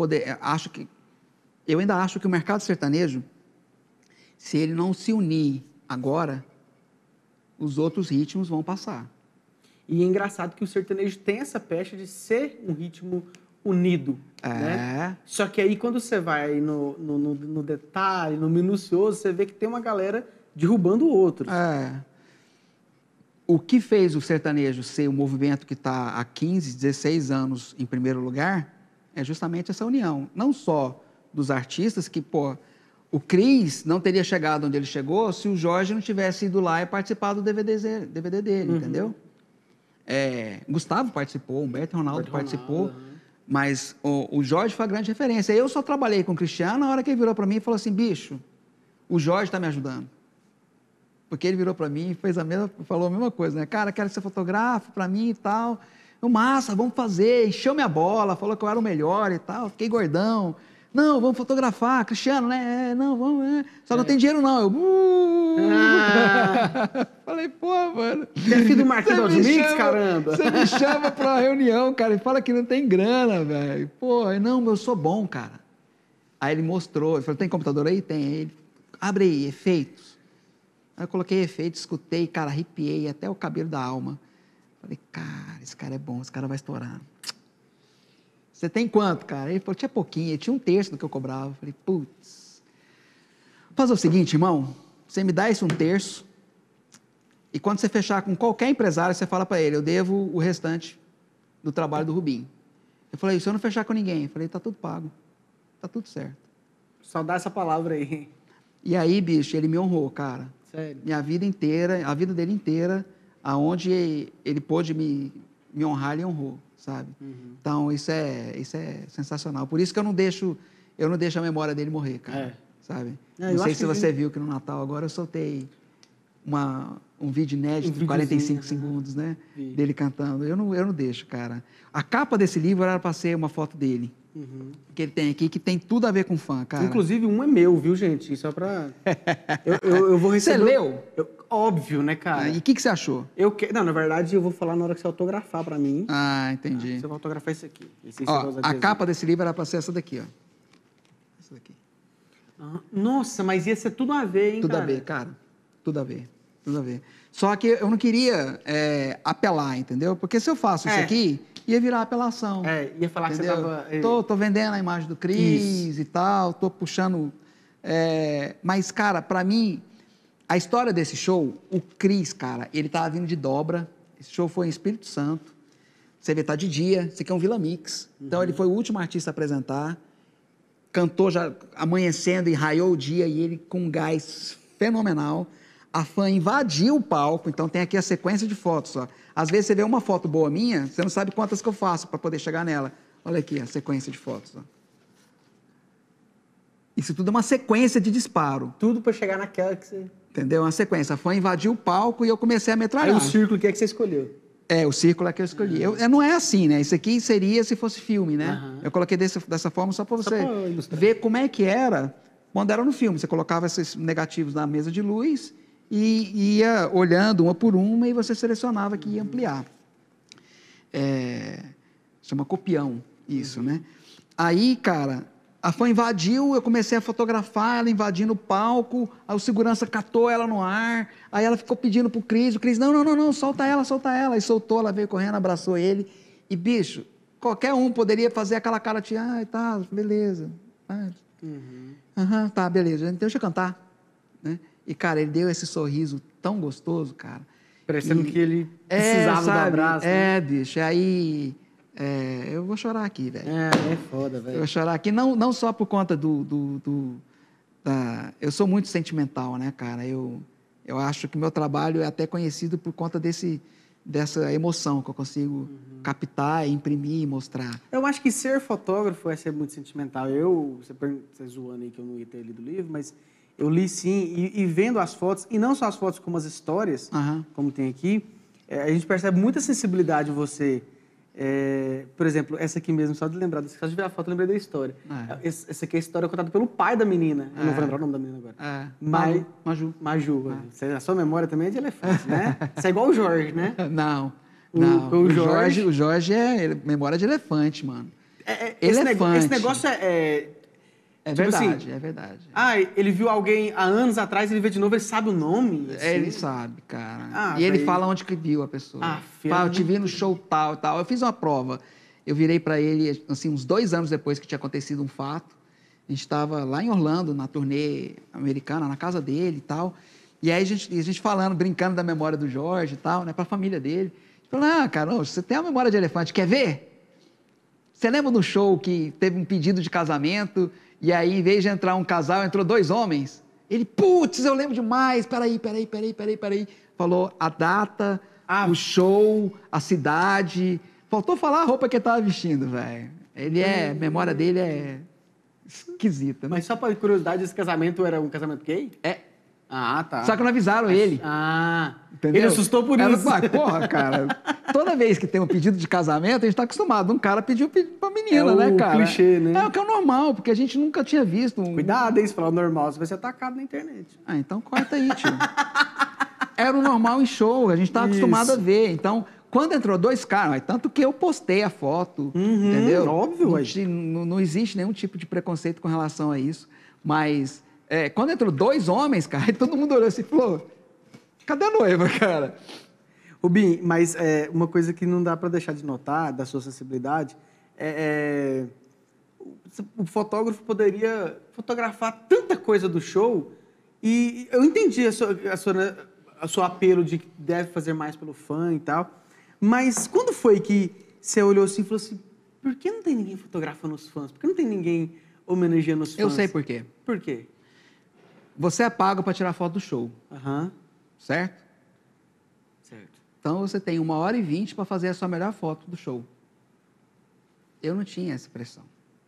Eu ainda acho que o mercado sertanejo, se ele não se unir agora, os outros ritmos vão passar. E é engraçado que o sertanejo tem essa pecha de ser um ritmo unido, né? Só que aí quando você vai no detalhe, no minucioso, você vê que tem uma galera derrubando outros. O que fez o sertanejo ser um movimento que está há 15, 16 anos em primeiro lugar é justamente essa união. Não só dos artistas que, o Cris não teria chegado onde ele chegou se o Jorge não tivesse ido lá e participado do DVD dele, entendeu? Gustavo participou, Humberto e Ronaldo participou, mas o Jorge foi a grande referência. Eu só trabalhei com o Cristiano na hora que ele virou para mim e falou assim, bicho, o Jorge está me ajudando. Porque ele virou para mim e falou a mesma coisa, né? Cara, quero que você fotografe para mim e tal. Massa, vamos fazer. Encheu minha bola, falou que eu era o melhor e tal. Fiquei gordão. Não, vamos fotografar, Cristiano, né? Não, vamos. Só não tem dinheiro, não. Eu. Falei, mano. Tem filho do Marquinhos Audio Mix, caramba. Você me chama pra uma reunião, cara, e fala que não tem grana, velho. Não, eu sou bom, cara. Aí ele mostrou, ele falou, tem computador aí? Tem. Aí ele, abre aí, efeitos. Aí eu coloquei efeitos, escutei, cara, arrepiei até o cabelo da alma. Falei, cara, esse cara é bom, esse cara vai estourar. Você tem quanto, cara? Ele falou, tinha pouquinho, ele tinha 1/3 do que eu cobrava. Eu falei, putz. Vou fazer o seguinte, irmão, você me dá esse 1/3 e quando você fechar com qualquer empresário, você fala para ele, eu devo o restante do trabalho do Rubinho. Eu falei, se eu não fechar com ninguém? Eu falei, tá tudo pago. tá tudo certo. Só dá essa palavra aí. E aí, bicho, ele me honrou, cara. Sério. Minha vida inteira, a vida dele inteira, aonde ele pôde me honrar, ele honrou, sabe? Então, isso é sensacional. Por isso que eu não deixo a memória dele morrer, cara, sabe? Não sei se você viu que no Natal agora eu soltei um vídeo inédito de 45 segundos, né? Dele cantando. Eu não deixo, cara. A capa desse livro era para ser uma foto dele. Que ele tem aqui, que tem tudo a ver com fã, cara. Inclusive, um é meu, viu, gente? Só pra... eu vou receber... Você leu? Óbvio, né, cara? E o que você achou? Não, na verdade, eu vou falar na hora que você autografar pra mim. Ah, entendi. Você vai autografar isso aqui. Ó, a capa desse livro era para ser essa daqui, ó. Essa daqui. Nossa, mas ia ser tudo a ver, hein, tudo cara? Tudo a ver, cara. Tudo a ver. Tudo a ver. Só que eu não queria apelar, entendeu? Porque se eu faço isso aqui, ia virar apelação. Ia falar entendeu? Que você tava... Tô vendendo a imagem do Cris e tal, tô puxando... mas, cara, pra mim, a história desse show, o Cris, cara, ele tava vindo de dobra. Esse show foi em Espírito Santo. Você vê, tá de dia. Esse aqui é um Vila Mix. Então, ele foi o último artista a apresentar. Cantou já amanhecendo e raiou o dia. E ele com um gás fenomenal. A fã invadiu o palco. Então, tem aqui a sequência de fotos, ó. Às vezes, você vê uma foto boa minha, você não sabe quantas que eu faço para poder chegar nela. Olha aqui a sequência de fotos, ó. Isso tudo é uma sequência de disparo. Tudo para chegar naquela que você... Entendeu? Uma sequência. A fã invadiu o palco e eu comecei a metralhar. Aí o círculo que é que você escolheu? O círculo é que eu escolhi. Não é assim, né? Isso aqui seria se fosse filme, né? Eu coloquei dessa forma só para você ver como é que era quando era no filme. Você colocava esses negativos na mesa de luz e ia olhando uma por uma e você selecionava que ia ampliar. Chama copião isso, né? Aí, cara, a fã invadiu, eu comecei a fotografar ela invadindo o palco, aí o segurança catou ela no ar, aí ela ficou pedindo pro Cris, o Cris, não, solta ela, aí soltou, ela veio correndo, abraçou ele, e bicho, qualquer um poderia fazer aquela cara de, tá, beleza, tá, beleza, então deixa eu cantar, né? E, cara, ele deu esse sorriso tão gostoso, cara. Parecendo que ele precisava do abraço. Né? Bicho, aí... eu vou chorar aqui, velho. É foda, velho. Eu vou chorar aqui, não só por conta eu sou muito sentimental, né, cara? Eu acho que meu trabalho é até conhecido por conta dessa emoção que eu consigo captar, imprimir e mostrar. Eu acho que ser fotógrafo é ser muito sentimental. Você zoando aí que eu não ia ter lido o livro, mas eu li sim, e vendo as fotos, e não só as fotos como as histórias, como tem aqui, a gente percebe muita sensibilidade em você. Por exemplo, essa aqui mesmo, só de lembrar, só de ver a foto, eu lembrei da história. Essa aqui é a história contada pelo pai da menina. Eu não vou lembrar o nome da menina agora. Maju. A sua memória também é de elefante, né? Você é igual o Jorge, né? Não. O Jorge é memória de elefante, mano. Esse negócio É tipo verdade, assim, é verdade. Ele viu alguém há anos atrás, ele vê de novo, ele sabe o nome? Assim? Ele sabe, cara. E ele fala onde que viu a pessoa. Eu te vi no show tal e tal. Eu fiz uma prova. Eu virei para ele, assim, uns 2 anos depois que tinha acontecido um fato. A gente estava lá em Orlando, na turnê americana, na casa dele e tal. E aí a gente falando, brincando da memória do Jorge e tal, né, para a família dele. Falando, cara, você tem a memória de elefante, quer ver? Você lembra do show que teve um pedido de casamento e aí, em vez de entrar um casal, entrou 2 homens? Ele, putz, eu lembro demais, peraí. Falou a data, o show, a cidade. Faltou falar a roupa que ele estava vestindo, velho. A memória dele é esquisita, né? Mas só para curiosidade, esse casamento era um casamento gay? Tá. Só que não avisaram ele. Entendeu? Ele assustou por isso. Porra, cara, toda vez que tem um pedido de casamento, a gente tá acostumado. Um cara pediu pra menina, né, cara? É o clichê, né? É o que é o normal, porque a gente nunca tinha visto. Cuidado, hein, se falar o normal, você vai ser atacado na internet. Então corta aí, tio. Era o normal em show, a gente tava acostumado a ver. Então, quando entrou 2 caras, tanto que eu postei a foto, entendeu? Óbvio, não existe nenhum tipo de preconceito com relação a isso, mas... quando entrou 2 homens, cara, todo mundo olhou assim e falou, cadê a noiva, cara? Rubim, mas uma coisa que não dá para deixar de notar da sua sensibilidade o fotógrafo poderia fotografar tanta coisa do show e eu entendi a sua apelo de que deve fazer mais pelo fã e tal, mas quando foi que você olhou assim e falou assim, por que não tem ninguém fotografando os fãs? Por que não tem ninguém homenageando os fãs? Eu sei por quê. Por quê? Você é pago para tirar foto do show, Aham. certo? Certo. Então você tem 1h20 para fazer a sua melhor foto do show. Eu não tinha essa pressão.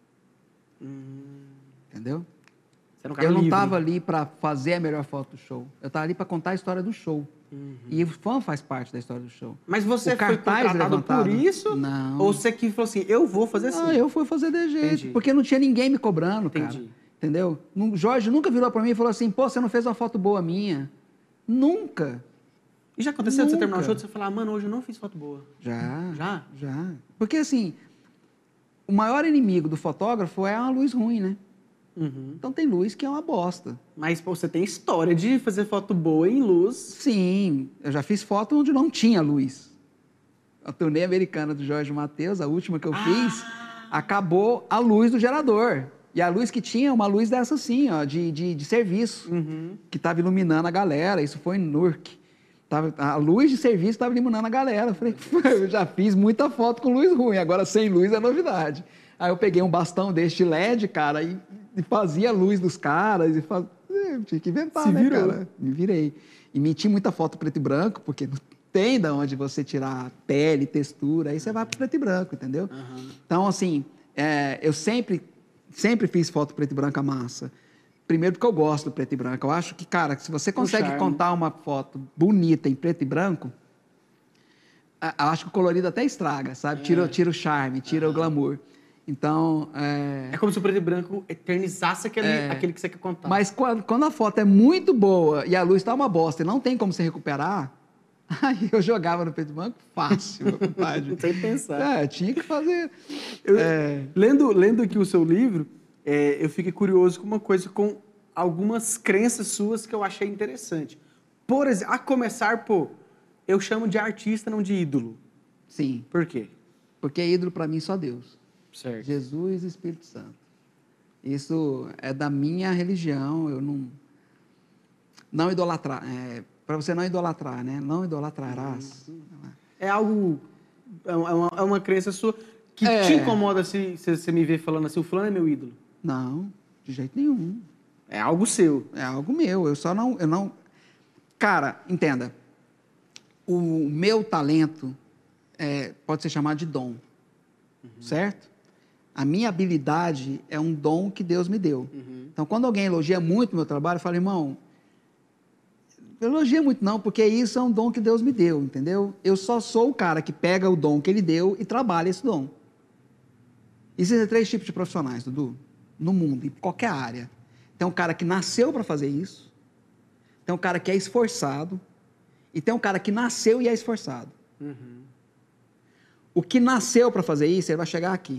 Entendeu? Você era um cara Eu não livre. estava ali para fazer a melhor foto do show. Eu estava ali para contar a história do show. E o fã faz parte da história do show. Mas você O foi cartaz contratado por levantado. isso? Não. Ou você que falou assim, eu vou fazer assim? Não, eu fui fazer de jeito. Entendi. Porque não tinha ninguém me cobrando, cara. Entendi. Entendeu? O Jorge nunca virou para mim e falou assim, pô, você não fez uma foto boa minha. Nunca. E já aconteceu de você terminar o Nunca. show e você falar, mano, hoje eu não fiz foto boa? Já. Já? Já. Porque assim, o maior inimigo do fotógrafo é uma luz ruim, né? Então tem luz que é uma bosta. Mas pô, você tem história de fazer foto boa em luz. Sim, eu já fiz foto onde não tinha luz. A turnê americana do Jorge Mateus, a última que eu fiz, acabou a luz do gerador. E a luz que tinha, uma luz dessa assim, ó, de serviço, que estava iluminando a galera. Isso foi em Newark. A luz de serviço estava iluminando a galera. Eu falei, eu já fiz muita foto com luz ruim, agora sem luz é novidade. Aí eu peguei um bastão deste LED, cara, e fazia a luz dos caras. Eu tinha que inventar, Se né, virou. cara? Me virei. E meti muita foto preto e branco, porque não tem de onde você tirar pele, textura. Aí você vai para preto e branco, entendeu? Então, assim, eu sempre fiz foto preto e branco massa. Primeiro porque eu gosto do preto e branco. Eu acho que, cara, se você consegue charme. contar uma foto bonita em preto e branco, eu acho que o colorido até estraga, sabe? Tira o charme, tira o glamour. Então, É como se o preto e branco eternizasse aquele que você quer contar. mas quando a foto é muito boa e a luz está uma bosta e não tem como você recuperar, aí eu jogava no preto e branco fácil, meu compadre. Sem pensar. Tinha que fazer. Lendo aqui o seu livro, eu fiquei curioso com uma coisa, com algumas crenças suas que eu achei interessante. Por exemplo, a começar, eu chamo de artista, não de ídolo. Sim, Por quê? porque ídolo para mim só Deus. Certo. Jesus e Espírito Santo. Isso é da minha religião, eu não idolatrar. Para você não idolatrar, né? Não idolatrarás. É algo... É uma crença sua que te incomoda se você me vê falando assim, o fulano é meu ídolo. Não, de jeito nenhum. É algo seu. É algo meu. Eu não. Cara, entenda. O meu talento pode ser chamado de dom. Certo? A minha habilidade é um dom que Deus me deu. Então, quando alguém elogia muito o meu trabalho, eu falo, irmão, não elogia muito não, porque isso é um dom que Deus me deu, entendeu? Eu só sou o cara que pega o dom que Ele deu e trabalha esse dom. Existem 3 tipos de profissionais, Dudu, no mundo, em qualquer área. Tem um cara que nasceu para fazer isso, tem um cara que é esforçado, e tem um cara que nasceu e é esforçado. O que nasceu para fazer isso, ele vai chegar aqui.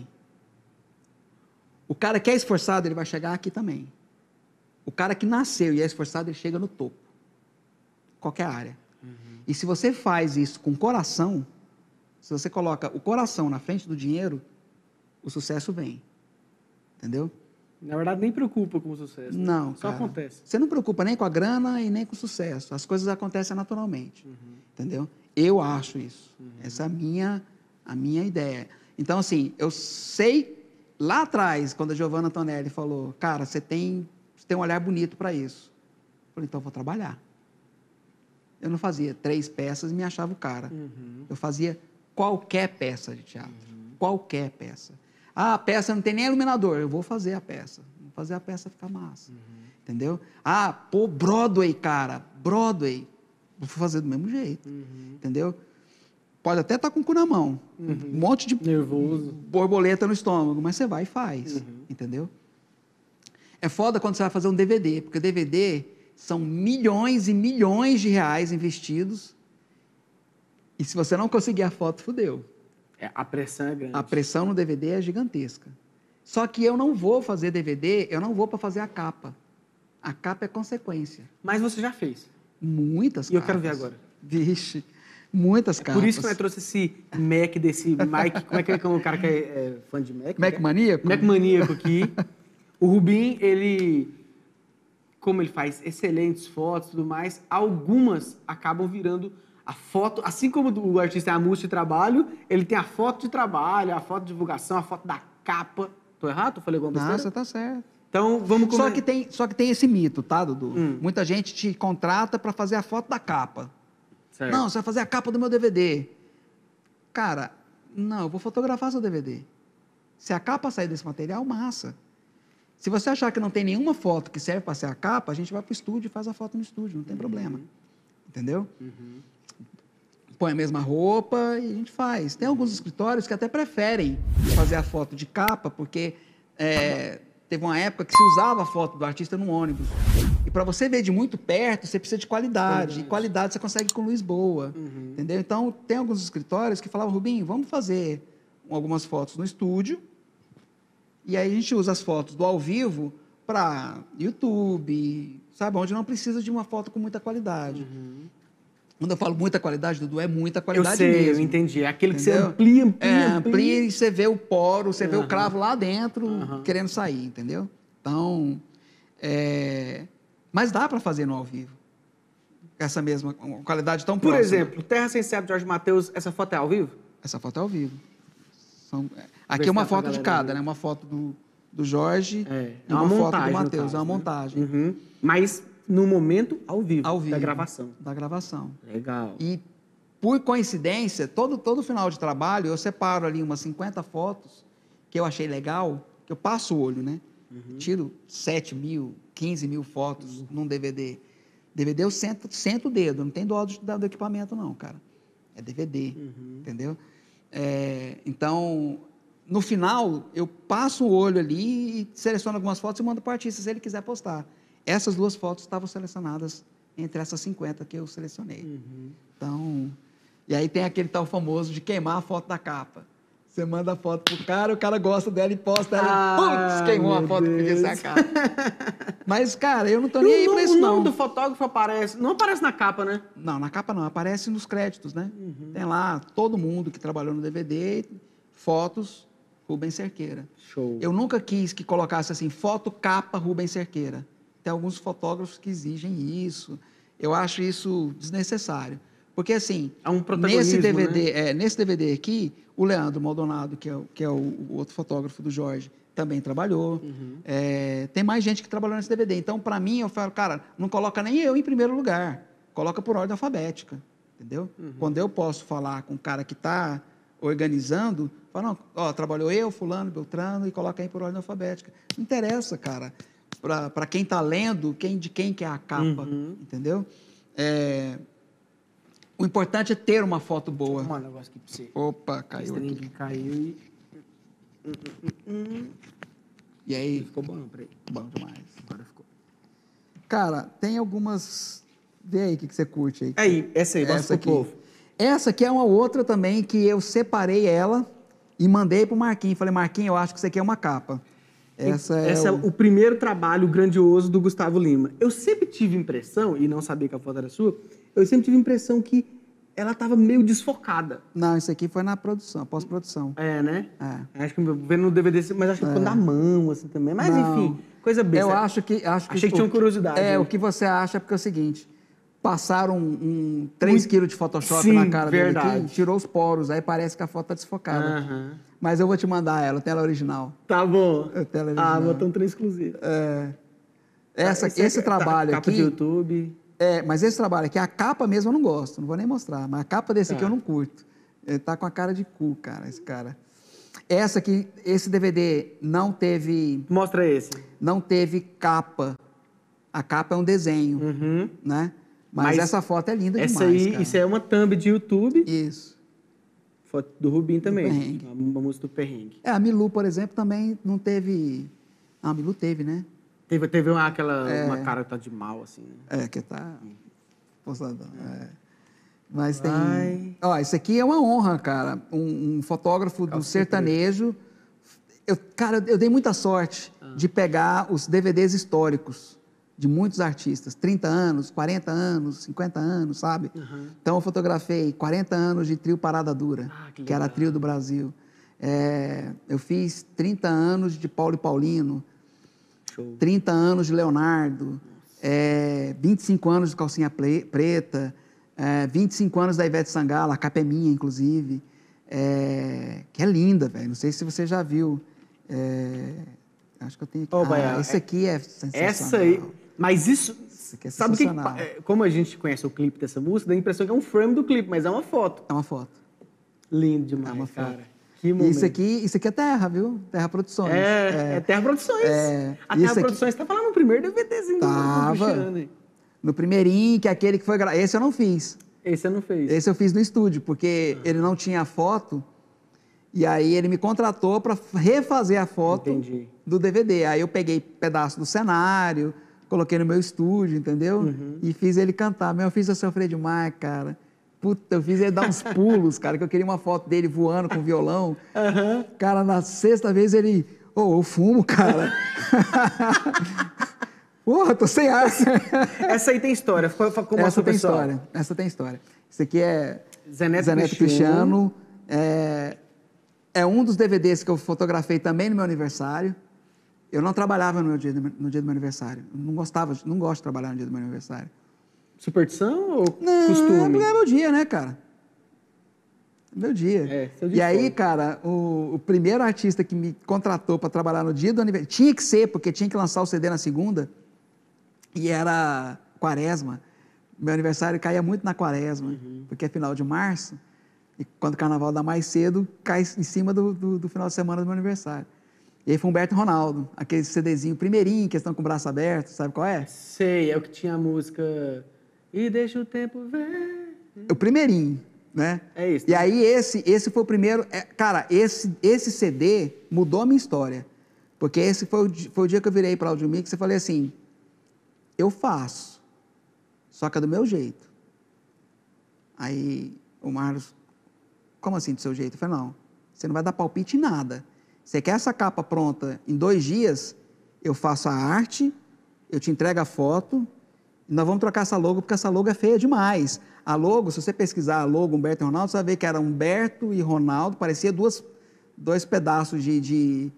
O cara que é esforçado, ele vai chegar aqui também. O cara que nasceu e é esforçado, ele chega no topo. Qualquer área. E se você faz isso com coração, se você coloca o coração na frente do dinheiro, o sucesso vem. Entendeu? Na verdade, nem preocupa com o sucesso. Não, Só cara. acontece. Você não preocupa nem com a grana e nem com o sucesso. As coisas acontecem naturalmente. Entendeu? Eu acho isso. Essa é a minha ideia. Então, assim, eu sei, lá atrás, quando a Giovanna Antonelli falou, cara, você tem um olhar bonito para isso. Eu falei, então eu vou trabalhar. Eu não fazia 3 peças e me achava o cara. Eu fazia qualquer peça de teatro. Qualquer peça. Ah, a peça não tem nem iluminador. Eu vou fazer a peça. Vou fazer a peça ficar massa. Entendeu? Ah, pô, Broadway, cara. Broadway. Vou fazer do mesmo jeito. Entendeu? Pode até estar com o cu na mão. Um monte de Nervoso. borboleta no estômago, mas você vai e faz. Entendeu? É foda quando você vai fazer um DVD, porque DVD são milhões e milhões de reais investidos. E se você não conseguir a foto, fudeu. A pressão é grande. A pressão no DVD é gigantesca. Só que eu não vou fazer DVD, eu não vou para fazer a capa. A capa é consequência. Mas você já fez. Muitas E eu capas. quero ver agora. Vixe, muitas capas. Por isso que eu trouxe esse Mac desse Mike. Como é que é o cara que é fã de Mac? Mac Maníaco? Mac Maníaco aqui. O Rubim, como ele faz excelentes fotos e tudo mais, algumas acabam virando a foto, assim como o artista tem a música de trabalho, ele tem a foto de trabalho, a foto de divulgação, a foto da capa. Tô errado? Tô falei alguma besteira? Não, você tá certo. Então, vamos Só começar. que tem esse mito, tá, Dudu? Muita gente te contrata para fazer a foto da capa. Certo. Não, você vai fazer a capa do meu DVD. Cara, não, eu vou fotografar seu DVD. Se a capa sair desse material, massa. Se você achar que não tem nenhuma foto que serve para ser a capa, a gente vai para o estúdio e faz a foto no estúdio, não tem problema. Entendeu? Põe a mesma roupa e a gente faz. Tem alguns escritórios que até preferem fazer a foto de capa, porque teve uma época que se usava a foto do artista no ônibus. E para você ver de muito perto, você precisa de qualidade. E qualidade você consegue com luz boa. Entendeu? Então, tem alguns escritórios que falavam, Rubinho, vamos fazer algumas fotos no estúdio. E aí a gente usa as fotos do ao vivo para YouTube, sabe? Onde não precisa de uma foto com muita qualidade. Quando eu falo muita qualidade, Dudu, é muita qualidade eu sei, mesmo. Eu entendi. É aquele que Entendeu? você amplia amplia e você vê o poro, você vê o cravo lá dentro querendo sair, entendeu? Então, mas dá para fazer no ao vivo. Essa mesma qualidade tão próxima. Por exemplo, Terra Sem Céu de Jorge Mateus, essa foto é ao vivo? Essa foto é ao vivo. Aqui é uma foto de cada, né? Uma foto do Jorge e uma foto do Mateus. É uma montagem. Mas no momento, ao vivo. Ao vivo. Da gravação. Da gravação. Legal. E, por coincidência, todo final de trabalho, eu separo ali umas 50 fotos que eu achei legal, que eu passo o olho, né? Tiro 7 mil, 15 mil fotos num DVD. DVD eu sento o dedo, não tem dó do equipamento não, cara. É DVD, entendeu? Então, no final, eu passo o olho ali e seleciono algumas fotos e mando para o artista, se ele quiser postar. Essas 2 fotos estavam selecionadas entre essas 50 que eu selecionei. Então, e aí tem aquele tal famoso de queimar a foto da capa. Você manda a foto pro cara, o cara gosta dela e posta ela. Putz, queimou a foto que podia ser a capa. Mas, cara, eu não tô nem aí pra isso, não. O nome do fotógrafo aparece... Não aparece na capa, né? Não, na capa não. Aparece nos créditos, né? Tem lá todo mundo que trabalhou no DVD, fotos, Rubens Cerqueira. Show. Eu nunca quis que colocasse assim, foto, capa, Rubens Cerqueira. Tem alguns fotógrafos que exigem isso. Eu acho isso desnecessário. Porque, assim, é um protagonismo, nesse DVD aqui, o Leandro Maldonado, que é o outro fotógrafo do Jorge, também trabalhou. Tem mais gente que trabalhou nesse DVD. Então, para mim, eu falo, cara, não coloca nem eu em primeiro lugar. Coloca por ordem alfabética, entendeu? Quando eu posso falar com o cara que está organizando, fala, não, ó, trabalhou eu, fulano, Beltrano, e coloca aí por ordem alfabética. Não interessa, cara. Para quem está lendo, de quem que é a capa, entendeu? O importante é ter uma foto boa. Vou tomar um negócio aqui pra você. Opa, caiu aqui. Caiu e aí? Ficou bom, peraí. Bom demais. Agora ficou. Cara, tem algumas... Vê aí o que você curte aí. Aí, essa aí, mostra pro povo. Essa aqui é uma outra também que eu separei ela e mandei pro Marquinhos. Falei, Marquinhos, eu acho que isso aqui é uma capa. Essa é o primeiro trabalho grandioso do Gustavo Lima. Eu sempre tive impressão, e não sabia que a foto era sua, eu sempre tive impressão que ela estava meio desfocada. Não, isso aqui foi na produção, pós-produção. Né? Acho que vendo no DVD, mas acho que ficou na mão, assim, também. Mas, enfim, coisa besta. Eu acho que... Achei que tinha curiosidade. O que você acha, porque é o seguinte, passaram 3 quilos de Photoshop na cara dele aqui, tirou os poros, aí parece que a foto tá desfocada. Mas eu vou te mandar ela, tela original. Tá bom. Tela original. Botão 3 exclusivo. Esse trabalho capa aqui... de YouTube. Mas esse trabalho aqui, a capa mesmo eu não gosto, não vou nem mostrar, mas a capa desse aqui eu não curto. Ele tá com a cara de cu, cara, esse cara. Essa aqui, esse DVD não teve... Mostra esse. Não teve capa. A capa é um desenho, né? Mas essa foto é linda demais, cara. Isso é uma thumb de YouTube. Isso. Foto do Rubinho também. Perrengue. Uma música do Perrengue. A Milu, por exemplo, também não teve... A Milu teve, né? Teve uma cara que tá de mal, assim, né? Que tá postadão. Mas tem... Ó, isso aqui é uma honra, cara. Um fotógrafo do sertanejo. Cara, eu dei muita sorte de pegar os DVDs históricos de muitos artistas. 30 anos, 40 anos, 50 anos, sabe? Então, eu fotografei 40 anos de Trio Parada Dura, que era a Trio do Brasil. Eu fiz 30 anos de Paulo e Paulino. 30 anos de Leonardo, 25 anos de Calcinha Preta, 25 anos da Ivete Sangalo, a capa é minha, inclusive, que é linda, velho. Não sei se você já viu. Acho que eu tenho aqui. Ô, Baiano, esse aqui é sensacional. Essa aí... Mas isso... Esse aqui é Sabe o que... sensacional. Como a gente conhece o clipe dessa música, dá a impressão que é um frame do clipe, mas é uma foto. É uma foto. Lindo demais, É uma foto. cara. Que E momento. isso aqui é Terra, viu? Terra Produções. É Terra Produções. A Terra Produções tá falando no primeiro DVDzinho do Cristiano. No primeirinho, que é aquele que foi gravado. Esse eu não fiz. Esse você não fez? Esse eu fiz no estúdio, porque ele não tinha foto. E aí ele me contratou para refazer a foto do DVD. Aí eu peguei pedaço do cenário, coloquei no meu estúdio, entendeu? E fiz ele cantar. Mas eu fiz eu sofrer demais, cara. Puta, eu fiz ele dar uns pulos, cara, que eu queria uma foto dele voando com violão. Cara, na sexta vez ele... eu fumo, cara. Porra, tô sem ar. Essa aí tem história. Como essa tem história. Essa tem história. Esse aqui é Zeneto Cristiano. É um dos DVDs que eu fotografei também no meu aniversário. Eu não trabalhava no dia do meu aniversário. Eu não gosto de trabalhar no dia do meu aniversário. Superstição ou costume? É meu dia, né, cara? Meu dia. Seu dia. E aí, cara, o primeiro artista que me contratou para trabalhar no dia do aniversário, tinha que ser, porque tinha que lançar o CD na segunda, e era Quaresma. Meu aniversário caía muito na Quaresma, porque é final de março, e quando o carnaval dá mais cedo, cai em cima do final de semana do meu aniversário. E aí foi Humberto e Ronaldo, aquele CDzinho primeirinho, que estão com o braço aberto, sabe qual é? Sei, é o que tinha a música... E deixa o tempo ver... O primeirinho, né? É isso. E aí esse foi o primeiro... cara, esse CD mudou a minha história. Porque esse foi o dia que eu virei para o Audio Mix e falei assim, eu faço, só que é do meu jeito. Aí o Marlos, como assim do seu jeito? Eu falei, não, você não vai dar palpite em nada. Você quer essa capa pronta em 2 dias, eu faço a arte, eu te entrego a foto, e nós vamos trocar essa logo, porque essa logo é feia demais. A logo, se você pesquisar a logo Humberto e Ronaldo, você vai ver que era Humberto e Ronaldo, parecia dois pedaços de...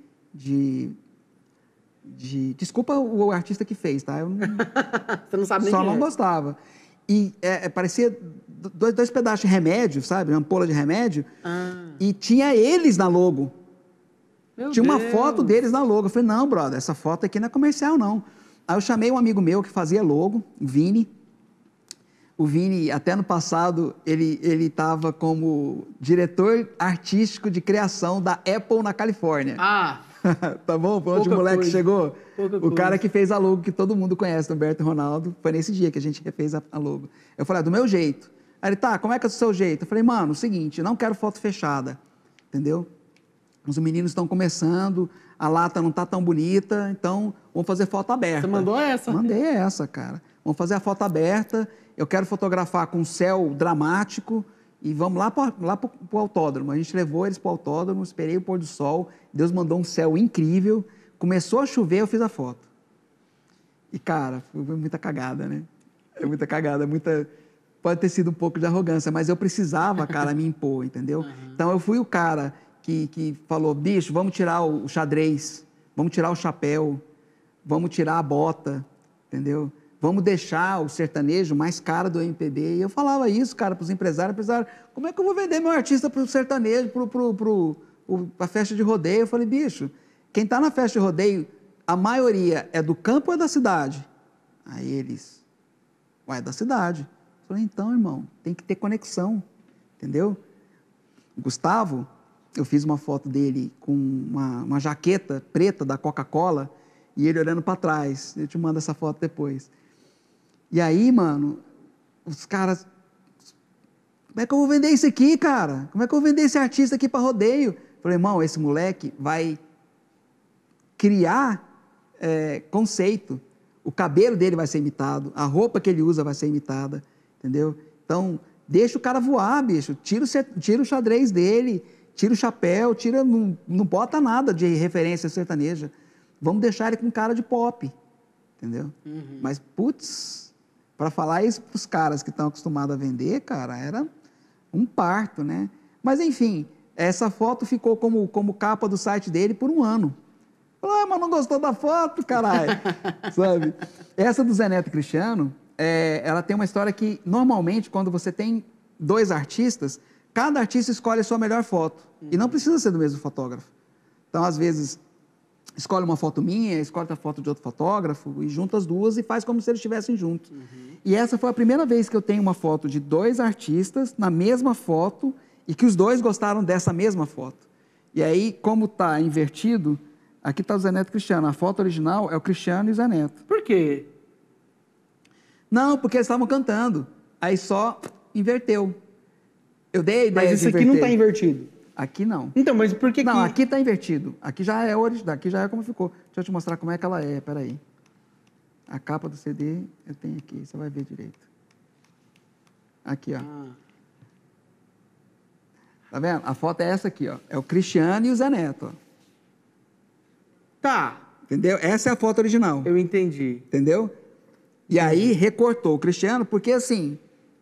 Desculpa o artista que fez, tá? Eu não, você não sabe nem só não gostava. E parecia dois pedaços de remédio, sabe? Uma ampola de remédio. E tinha eles na logo. Tinha uma foto deles na logo. Eu falei, não, brother, essa foto aqui não é comercial, não. Aí eu chamei um amigo meu que fazia logo, o Vini. O Vini, até no passado, ele estava como diretor artístico de criação da Apple na Califórnia. Tá bom? Foi onde o moleque chegou? O cara que fez a logo que todo mundo conhece, Humberto e Ronaldo, foi nesse dia que a gente refez a logo. Eu falei, do meu jeito. Aí ele, tá, como é que é do seu jeito? Eu falei, mano, o seguinte, não quero foto fechada, entendeu? Os meninos estão começando, a lata não tá tão bonita, então vamos fazer foto aberta. Você mandou essa? Mandei essa, cara. Vamos fazer a foto aberta, eu quero fotografar com céu dramático e vamos lá pro autódromo. A gente levou eles pro autódromo, esperei o pôr do sol, Deus mandou um céu incrível, começou a chover, eu fiz a foto. E, cara, foi muita cagada, né? É muita cagada, pode ter sido um pouco de arrogância, mas eu precisava, cara, me impor, entendeu? Então, eu fui o cara que falou, bicho, vamos tirar o xadrez, vamos tirar o chapéu, vamos tirar a bota, entendeu? Vamos deixar o sertanejo mais caro do MPB. E eu falava isso, cara, para os empresários. Como é que eu vou vender meu artista para o sertanejo, para a festa de rodeio? Eu falei, bicho, quem está na festa de rodeio, a maioria é do campo ou é da cidade? Aí eles, é da cidade. Eu falei, então, irmão, tem que ter conexão, entendeu? O Gustavo, eu fiz uma foto dele com uma jaqueta preta da Coca-Cola e ele olhando para trás. Eu te mando essa foto depois. E aí, mano, os caras... Como é que eu vou vender isso aqui, cara? Como é que eu vou vender esse artista aqui para rodeio? Eu falei, irmão, esse moleque vai criar conceito. O cabelo dele vai ser imitado, a roupa que ele usa vai ser imitada, entendeu? Então, deixa o cara voar, bicho. Tira o xadrez dele, tira o chapéu, não bota nada de referência sertaneja. Vamos deixar ele com cara de pop, entendeu? Mas, putz... Para falar isso para os caras que estão acostumados a vender, cara, era um parto, né? Mas, enfim, essa foto ficou como capa do site dele por 1 ano. Falei, mas não gostou da foto, caralho? Sabe? Essa do Zeneto Cristiano, ela tem uma história que, normalmente, quando você tem 2 artistas, cada artista escolhe a sua melhor foto. E não precisa ser do mesmo fotógrafo. Então, às vezes, escolhe uma foto minha, escolhe a foto de outro fotógrafo e junta as duas e faz como se eles estivessem juntos. E essa foi a primeira vez que eu tenho uma foto de 2 artistas na mesma foto e que os dois gostaram dessa mesma foto. E aí, como está invertido, aqui está o Zé Neto e o Cristiano. A foto original é o Cristiano e o Zé Neto. Por quê? Não, porque eles estavam cantando. Aí só inverteu. Eu dei a ideia Mas de isso aqui inverter. não está invertido. Aqui não. Então, mas por que Não, que... aqui está invertido. Aqui já é original, aqui já é como ficou. Deixa eu te mostrar como é que ela é, peraí. A capa do CD eu tenho aqui, você vai ver direito. Aqui, ó. Ah. Tá vendo? A foto é essa aqui, ó. É o Cristiano e o Zé Neto, ó. Tá, Entendeu? Essa é a foto original. eu entendi. Entendeu? E aí recortou o Cristiano, porque assim,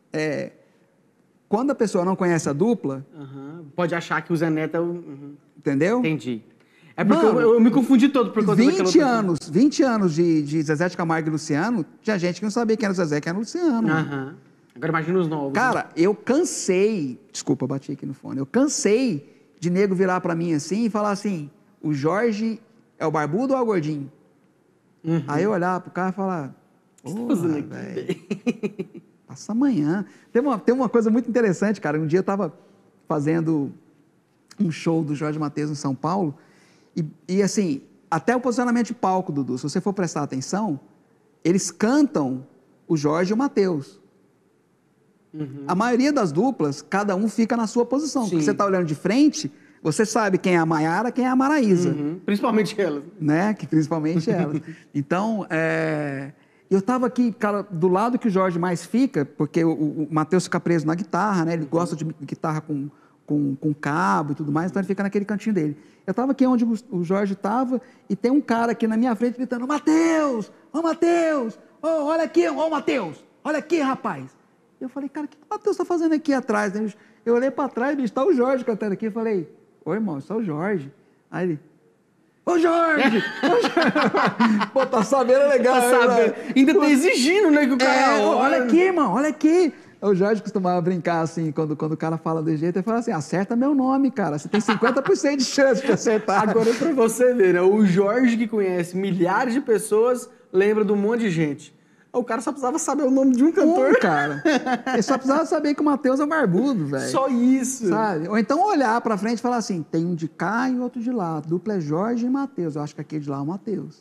quando a pessoa não conhece a dupla, Aham. Pode achar que o Zé Neto é o... Uhum. entendeu? Entendi. É porque Mano, eu me confundi todo por conta daquela 20 anos de Zezé de Camargo e Luciano, tinha gente que não sabia quem era o Zezé, quem era o Luciano. Aham. Agora imagina os novos. Cara, eu cansei, desculpa, eu bati aqui no fone, eu cansei de nego virar pra mim assim e falar assim, o Jorge é o barbudo ou é o gordinho? Uhum. Aí eu olhar pro cara e falar, O que você tá fazendo aqui, velho, velho? passa amanhã. Tem uma coisa muito interessante, cara, um dia eu tava fazendo um show do Jorge Mateus em São Paulo e assim, até o posicionamento de palco, Dudu, se você for prestar atenção, eles cantam o Jorge e o Mateus. Uhum. A maioria das duplas, cada um fica na sua posição. Sim. Porque você está olhando de frente, você sabe quem é a Maiara, quem é a Maraísa. Uhum. Principalmente elas. Né? Que principalmente elas. Então, eu estava aqui, cara, do lado que o Jorge mais fica, porque o Mateus fica preso na guitarra, né? Ele gosta de guitarra com cabo e tudo mais, então ele fica naquele cantinho dele. Eu estava aqui onde o Jorge estava e tem um cara aqui na minha frente gritando, Mateus! Ô, Mateus! Ô, olha aqui, ô, Mateus! Olha aqui, rapaz! Eu falei, cara, o que o Mateus está fazendo aqui atrás? Eu olhei para trás, bicho, está o Jorge cantando aqui. Eu falei, ô, irmão, isso é o Jorge. Aí ele, ô, Jorge! Ô, Jorge! Pô, tá sabendo legal. Tá sabendo. Ainda tá exigindo, né, que o cara... Olha aqui, irmão, olha aqui. O Jorge costumava brincar assim, quando o cara fala desse jeito, ele fala assim, acerta meu nome, cara, você tem 50% de chance de acertar. Agora, pra você ver, né, o Jorge, que conhece milhares de pessoas, lembra de um monte de gente. O cara só precisava saber o nome de um cantor. Cara. Ele só precisava saber que o Mateus é barbudo, velho. Só isso. Sabe? Ou então olhar pra frente e falar assim, tem um de cá e outro de lá. A dupla é Jorge e Mateus. Eu acho que aquele de lá é o Mateus.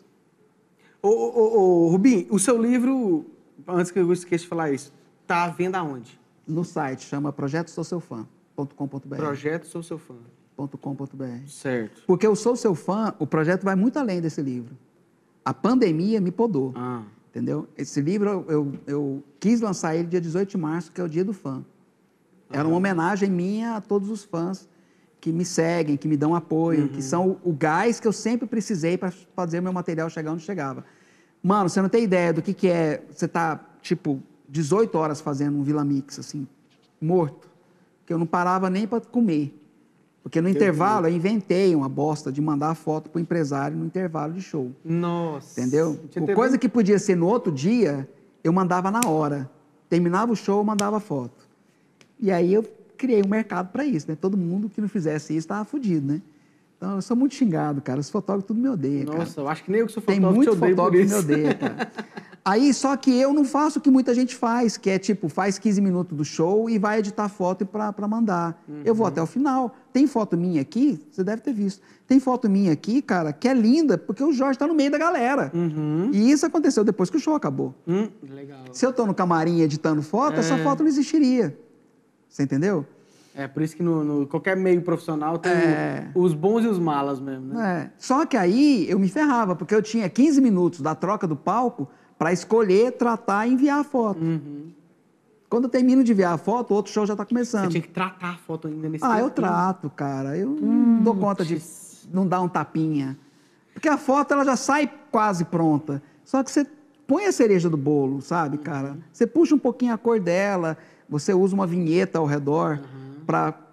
Ô, Rubim, o seu livro, antes que eu esqueça de falar isso, tá à venda aonde? No site, chama projetosousseufã.com.br. Projeto Sou Seu Fã. .com.br. Certo. Porque eu sou seu fã, o projeto vai muito além desse livro. A pandemia me podou. Ah. Entendeu? Esse livro, eu quis lançar ele dia 18 de março, que é o dia do fã. Era uma homenagem minha a todos os fãs que me seguem, que me dão apoio, que são o gás que eu sempre precisei para fazer o meu material chegar onde chegava. Mano, você não tem ideia do que é você tá, tipo, 18 horas fazendo um Vila Mix, assim, morto. Que eu não parava nem para comer. Porque no intervalo eu inventei uma bosta de mandar a foto pro empresário no intervalo de show. Nossa. Entendeu? Coisa que podia ser no outro dia, eu mandava na hora. Terminava o show, eu mandava foto. E aí eu criei um mercado para isso, né? Todo mundo que não fizesse isso estava fudido, né? Então eu sou muito xingado, cara. Os fotógrafos tudo me odeiam, cara. Nossa, eu acho que nem eu que sou Tem fotógrafo te muito odeio por fotógrafo que me isso. odeia, cara. Aí, só que eu não faço o que muita gente faz, que é tipo, faz 15 minutos do show e vai editar foto para mandar. Eu vou até o final. Tem foto minha aqui, você deve ter visto. Tem foto minha aqui, cara, que é linda, porque o Jorge tá no meio da galera. E isso aconteceu depois que o show acabou. Legal. Se eu tô no camarim editando foto, essa foto não existiria. Você entendeu? É, por isso que no qualquer meio profissional tem os bons e os malas mesmo, né? Só que aí eu me ferrava, porque eu tinha 15 minutos da troca do palco para escolher, tratar e enviar a foto. Quando eu termino de enviar a foto, o outro show já está começando. Você tinha que tratar a foto ainda nesse tempo. Eu trato, cara. Eu não dou conta de não dar um tapinha. Porque a foto ela já sai quase pronta. Só que você põe a cereja do bolo, sabe, cara? Você puxa um pouquinho a cor dela, você usa uma vinheta ao redor para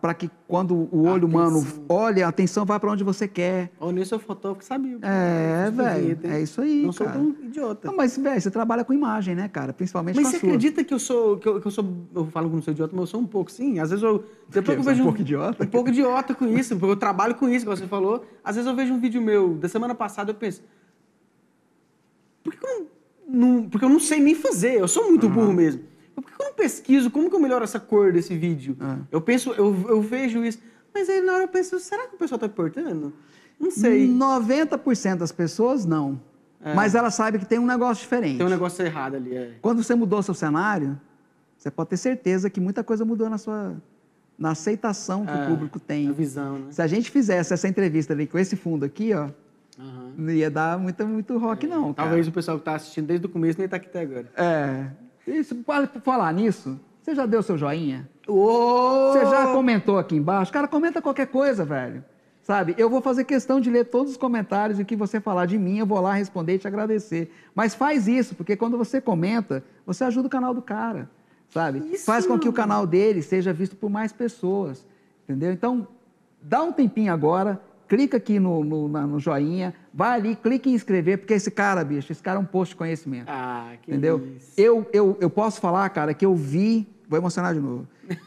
para que quando o olho humano olha, a atenção vai para onde você quer. O Nilson é fotógrafo que sabia. Velho, é isso aí, não sou cara. tão idiota. Não, mas, velho, você trabalha com imagem, né, cara? Principalmente Mas com a você sua. acredita que eu sou... Eu falo que não sou idiota, mas eu sou um pouco, sim. Às vezes eu... Depois que eu vejo um pouco idiota? Um pouco idiota com isso, porque eu trabalho com isso, como você falou. Às vezes eu vejo um vídeo meu da semana passada, eu penso... Por que eu não... Porque eu não sei nem fazer, eu sou muito burro mesmo. Por que eu não pesquiso como que eu melhoro essa cor desse vídeo? Eu penso, eu vejo isso, mas aí na hora eu penso, será que o pessoal tá importando? Não sei. 90% das pessoas não. Mas ela sabe que tem um negócio diferente. Tem um negócio errado ali, Quando você mudou seu cenário, você pode ter certeza que muita coisa mudou na aceitação que o público tem. A visão, né? Se a gente fizesse essa entrevista ali com esse fundo aqui, ó, não ia dar muito rock, não, cara. Talvez o pessoal que tá assistindo desde o começo nem tá aqui até agora. Isso, por falar nisso, você já deu seu joinha? Uou! Você já comentou aqui embaixo? Cara, comenta qualquer coisa, velho. Sabe? Eu vou fazer questão de ler todos os comentários e o que você falar de mim, eu vou lá responder e te agradecer. Mas faz isso, porque quando você comenta, você ajuda o canal do cara, sabe? Isso. Faz com que o canal dele seja visto por mais pessoas, entendeu? Então, dá um tempinho agora, clica aqui no joinha, vai ali, clica em inscrever, porque esse cara, bicho, esse cara é um posto de conhecimento. Que entendeu? isso. Eu posso falar, cara, que eu vi... Vou emocionar de novo.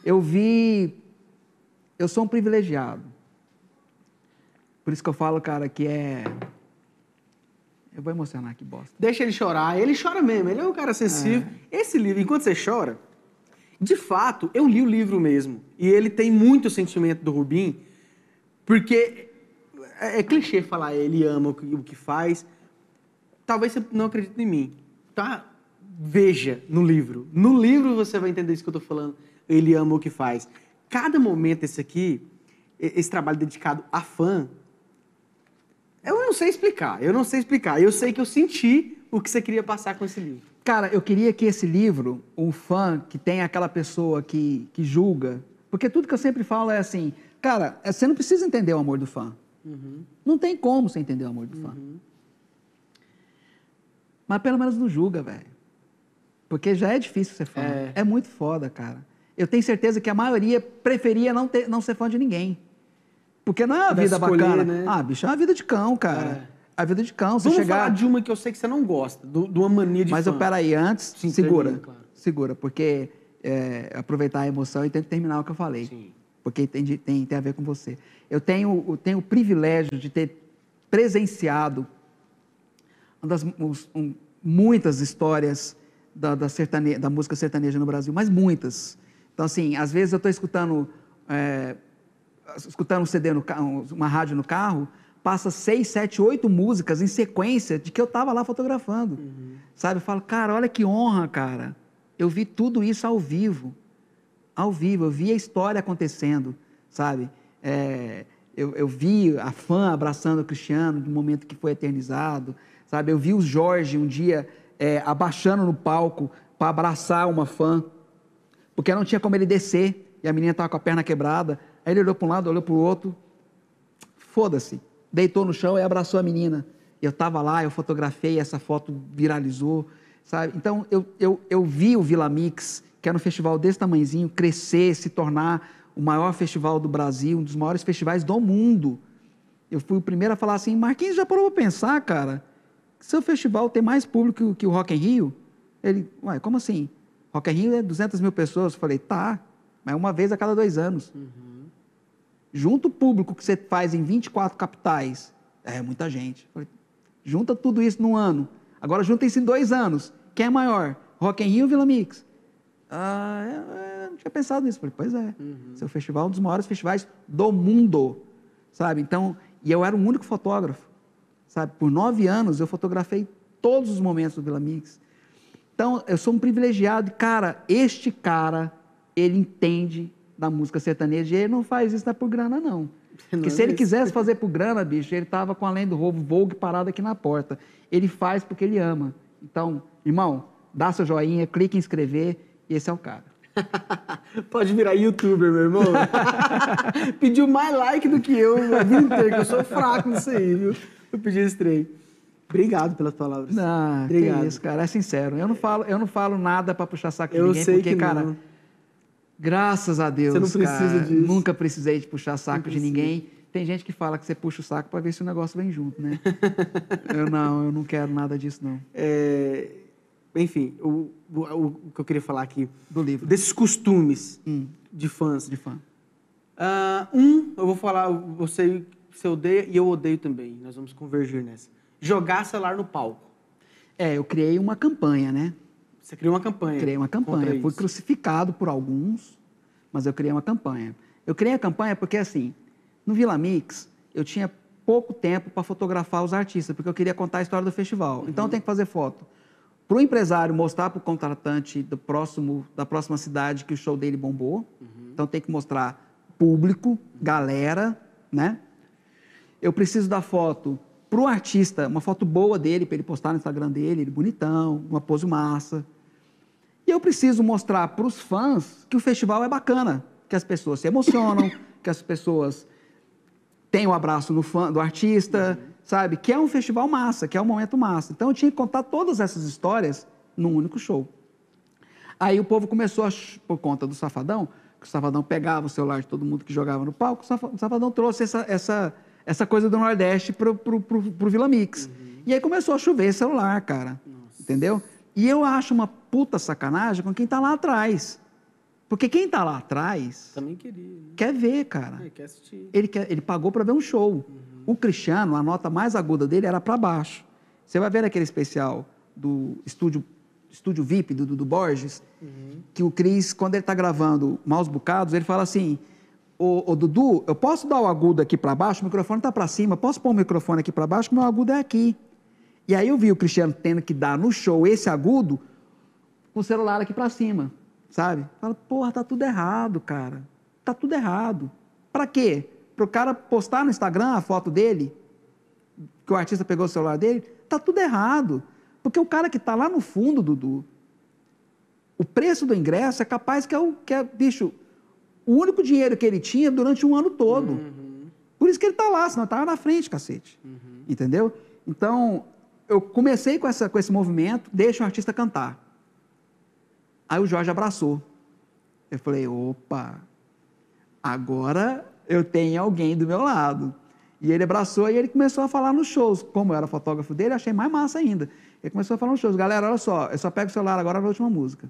Eu sou um privilegiado. Por isso que eu falo, cara, que eu vou emocionar, que bosta. Deixa ele chorar. Ele chora mesmo, ele é um cara sensível. Esse livro, enquanto você chora, de fato, eu li o livro mesmo. E ele tem muito sentimento do Rubim, porque é clichê falar ele ama o que faz. Talvez você não acredite em mim. Tá? Veja no livro. No livro você vai entender isso que eu tô falando. Ele ama o que faz. Cada momento esse trabalho dedicado a fã, eu não sei explicar. Eu sei que eu senti o que você queria passar com esse livro. Cara, eu queria que esse livro, um fã que tem aquela pessoa que julga, porque tudo que eu sempre falo é assim, cara, você não precisa entender o amor do fã. Não tem como você entender o amor do fã. Mas pelo menos não julga, velho. Porque já é difícil ser fã. É muito foda, cara. Eu tenho certeza que a maioria preferia não ser fã de ninguém. Porque não é uma vida bacana. Né? Bicho, é uma vida de cão, cara. A vida de cão. Vamos falar de uma que eu sei que você não gosta, de uma mania de fã. Mas peraí, antes, segura. Termina, claro. Segura, porque aproveitar a emoção e tenho que terminar o que eu falei. Sim. Porque tem a ver com você. Eu tenho o privilégio de ter presenciado muitas histórias da música sertaneja no Brasil, mas muitas. Então, assim, às vezes eu estou escutando um CD no carro, uma rádio no carro, passa 6, 7, 8 músicas em sequência de que eu estava lá fotografando. Sabe? Eu falo, cara, olha que honra, cara. Eu vi tudo isso ao vivo. Ao vivo, eu vi a história acontecendo, sabe? Eu vi a fã abraçando o Cristiano no momento que foi eternizado, sabe? Eu vi o Jorge um dia abaixando no palco para abraçar uma fã, porque não tinha como ele descer, e a menina estava com a perna quebrada. Aí ele olhou para um lado, olhou para o outro, foda-se, deitou no chão e abraçou a menina. Eu estava lá, eu fotografei, essa foto viralizou, sabe? Então, eu vi o Vila Mix, que era um festival desse tamanhozinho, crescer, se tornar o maior festival do Brasil, um dos maiores festivais do mundo. Eu fui o primeiro a falar assim, Marquinhos, já parou para pensar, cara, que seu festival tem mais público que o Rock in Rio? Ele, ué, como assim? Rock in Rio é 200 mil pessoas. Eu falei, tá, mas uma vez a cada 2 anos. Junta o público que você faz em 24 capitais. É muita gente. Eu falei, junta tudo isso num ano. Agora junta isso em 2 anos. Quem é maior? Rock in Rio ou Vila Mix? Eu não tinha pensado nisso. Eu falei, pois é. Seu festival é um dos maiores festivais do mundo. Sabe? Então, e eu era o único fotógrafo. Sabe? Por 9 anos eu fotografei todos os momentos do Vila Mix. Então, eu sou um privilegiado. Cara, este cara, ele entende da música sertaneja e ele não faz isso por grana, não. Porque se ele quisesse fazer por grana, bicho, ele tava com Além do Vogue parado aqui na porta. Ele faz porque ele ama. Então, irmão, dá seu joinha, clique em inscrever e esse é o cara. Pode virar youtuber, meu irmão. Pediu mais like do que eu a vida inteira, que eu sou fraco nisso aí, viu? Eu pedi esse trem. Obrigado pelas palavras. Não, obrigado. Que isso, cara, é sincero. Eu não falo nada para puxar saco de ninguém, sei porque, que cara, não. Graças a Deus, Você não precisa cara. disso. Nunca precisei de puxar saco de precisa. ninguém. Tem gente que fala que você puxa o saco para ver se o negócio vem junto, né? eu não quero nada disso, não. Enfim, o que eu queria falar aqui... Do livro. Desses costumes de fãs. De fã. Eu vou falar, você odeia e eu odeio também. Nós vamos convergir nessa. Jogar celular no palco. Eu criei uma campanha, né? Você criou uma campanha. Criei uma campanha. Fui crucificado por alguns, mas eu criei uma campanha. Eu criei a campanha porque, assim, no Vila Mix, eu tinha pouco tempo para fotografar os artistas, porque eu queria contar a história do festival. Então, eu tenho que fazer foto para o empresário mostrar para o contratante da próxima cidade que o show dele bombou. Então, tem que mostrar público, galera, né? Eu preciso da foto para o artista, uma foto boa dele, para ele postar no Instagram dele, ele bonitão, uma pose massa. E eu preciso mostrar para os fãs que o festival é bacana, que as pessoas se emocionam, que as pessoas têm o abraço no fã, do artista, sabe? Que é um festival massa, que é um momento massa. Então, eu tinha que contar todas essas histórias num único show. Aí o povo começou, por conta do Safadão, que o Safadão pegava o celular de todo mundo que jogava no palco, o Safadão trouxe essa coisa do Nordeste pro Vila Mix. E aí começou a chover celular, cara. Nossa. Entendeu? E eu acho uma puta sacanagem com quem tá lá atrás. Porque quem tá lá atrás... Também queria. Né? Quer ver, cara. Quer assistir. Ele pagou para ver um show. O Cristiano, a nota mais aguda dele era para baixo. Você vai ver naquele especial do Estúdio VIP, do Dudu Borges, que o Cris, quando ele tá gravando Maus Bocados, ele fala assim... Ô, Dudu, eu posso dar o agudo aqui para baixo? O microfone tá para cima. Posso pôr o microfone aqui para baixo? Que o meu agudo é aqui. E aí eu vi o Cristiano tendo que dar no show esse agudo com o celular aqui para cima, sabe? Fala, porra, tá tudo errado, cara. Tá tudo errado. Para quê? Para o cara postar no Instagram a foto dele, que o artista pegou o celular dele? Tá tudo errado. Porque o cara que tá lá no fundo, Dudu, o preço do ingresso é capaz que é bicho... O único dinheiro que ele tinha durante um ano todo. Por isso que ele está lá, senão estava na frente, cacete. Entendeu? Então, eu comecei com esse movimento, deixa o artista cantar. Aí o Jorge abraçou. Eu falei, opa, agora eu tenho alguém do meu lado. E ele abraçou e ele começou a falar nos shows. Como eu era fotógrafo dele, achei mais massa ainda. Ele começou a falar nos shows. Galera, olha só, eu só pego o celular agora na última música.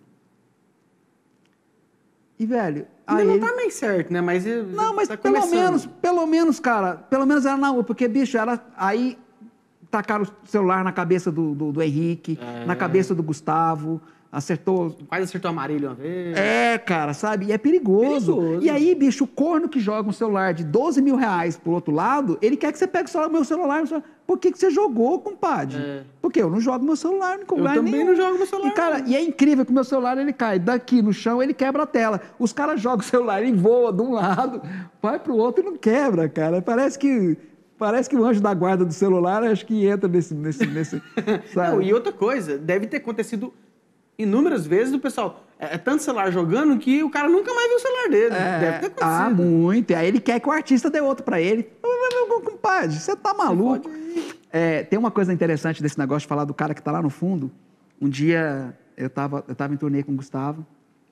E, velho... Ainda não tá meio certo, né? Mas não, mas tá pelo menos, cara, pelo menos era na rua, porque, bicho, aí tacaram o celular na cabeça do Henrique, na cabeça do Gustavo, quase acertou a Marília uma vez. Cara, sabe? E é perigoso. E aí, bicho, o corno que joga um celular de 12 mil reais pro outro lado, ele quer que você pegue o meu celular. Por que você jogou, compadre? Porque eu não jogo meu celular em lugar nenhum. Eu também não jogo meu celular. E, cara, e é incrível que o meu celular, ele cai daqui no chão, ele quebra a tela. Os caras jogam o celular, ele voa de um lado, vai pro outro e não quebra, cara. Parece que o anjo da guarda do celular, acho que entra nesse sabe? Não, e outra coisa, deve ter acontecido inúmeras vezes o pessoal... É tanto celular jogando que o cara nunca mais viu o celular dele. Deve ter acontecido. Muito. E aí ele quer que o artista dê outro pra ele. Meu compadre, você tá maluco? Tem uma coisa interessante desse negócio de falar do cara que tá lá no fundo. Um dia eu tava em turnê com o Gustavo.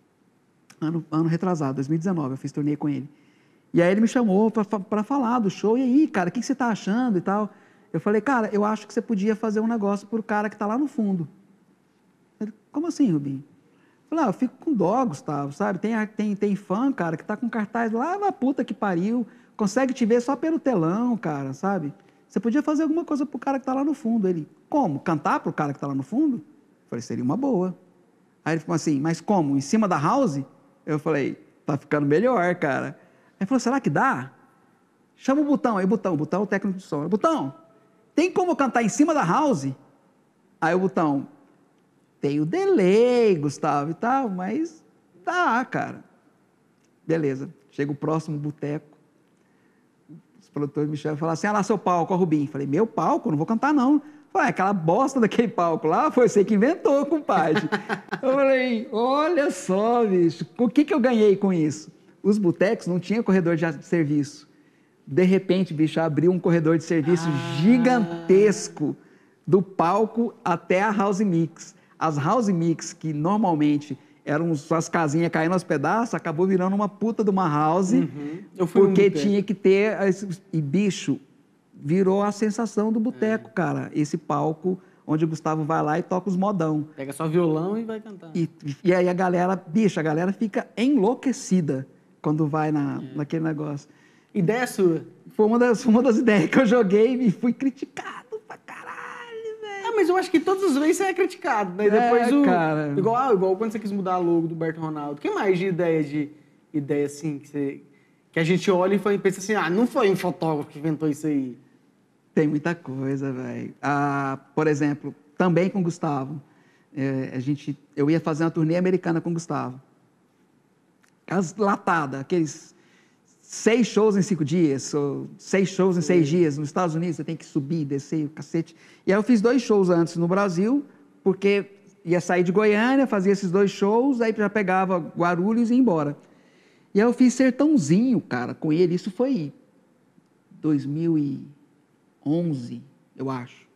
Ano retrasado, 2019, eu fiz turnê com ele. E aí ele me chamou pra falar do show. E aí, cara, o que você tá achando e tal? Eu falei, cara, eu acho que você podia fazer um negócio pro cara que tá lá no fundo. Ele, como assim, Rubinho? Eu falei, eu fico com dó, Gustavo, sabe? Tem fã, cara, que tá com cartaz lá na puta que pariu, consegue te ver só pelo telão, cara, sabe? Você podia fazer alguma coisa pro cara que tá lá no fundo. Ele, como? Cantar pro cara que tá lá no fundo? Eu falei, seria uma boa. Aí ele falou assim, mas como? Em cima da house? Eu falei, tá ficando melhor, cara. Aí ele falou, será que dá? Chama o Botão. Aí o Botão é o técnico de som. Botão, tem como cantar em cima da house? Aí o Botão, tem o delay, Gustavo e tal, mas dá, cara. Beleza. Chega o próximo boteco. Os produtores me chamam e falam assim, lá seu palco, ó, Rubinho. Falei, meu palco? Eu não vou cantar, não. Falei, aquela bosta daquele palco lá, foi você que inventou, compadre. Eu falei, olha só, bicho, o que eu ganhei com isso? Os botecos não tinham corredor de serviço. De repente, bicho, abriu um corredor de serviço gigantesco do palco até a House Mix. As House Mix, que normalmente eram suas casinhas caindo aos pedaços, acabou virando uma puta de uma house, Eu fui porque um boteco. tinha que ter... E, bicho, virou a sensação do boteco, cara. Esse palco onde o Gustavo vai lá e toca os modão. Pega só violão e vai cantar. E aí a galera, bicho, a galera fica enlouquecida quando vai naquele negócio. Ideia sua. Foi uma das ideias que eu joguei e fui criticado pra caralho, velho. Ah, mas eu acho que todas as vezes você é criticado, né? E depois cara. Igual quando você quis mudar a logo do Berto Ronaldo. O que mais de ideia assim, que a gente olha e pensa assim, não foi um fotógrafo que inventou isso aí. Tem muita coisa, velho. Por exemplo, também com o Gustavo. Eu ia fazer uma turnê americana com o Gustavo. As latadas, aqueles 6 shows em 5 dias, ou 6 shows em 6 dias. Nos Estados Unidos você tem que subir, descer o cacete. E aí eu fiz 2 shows antes no Brasil, porque ia sair de Goiânia, fazia esses 2 shows, aí já pegava Guarulhos e ia embora. E aí eu fiz Sertãozinho, cara, com ele. Isso foi 2011, eu acho.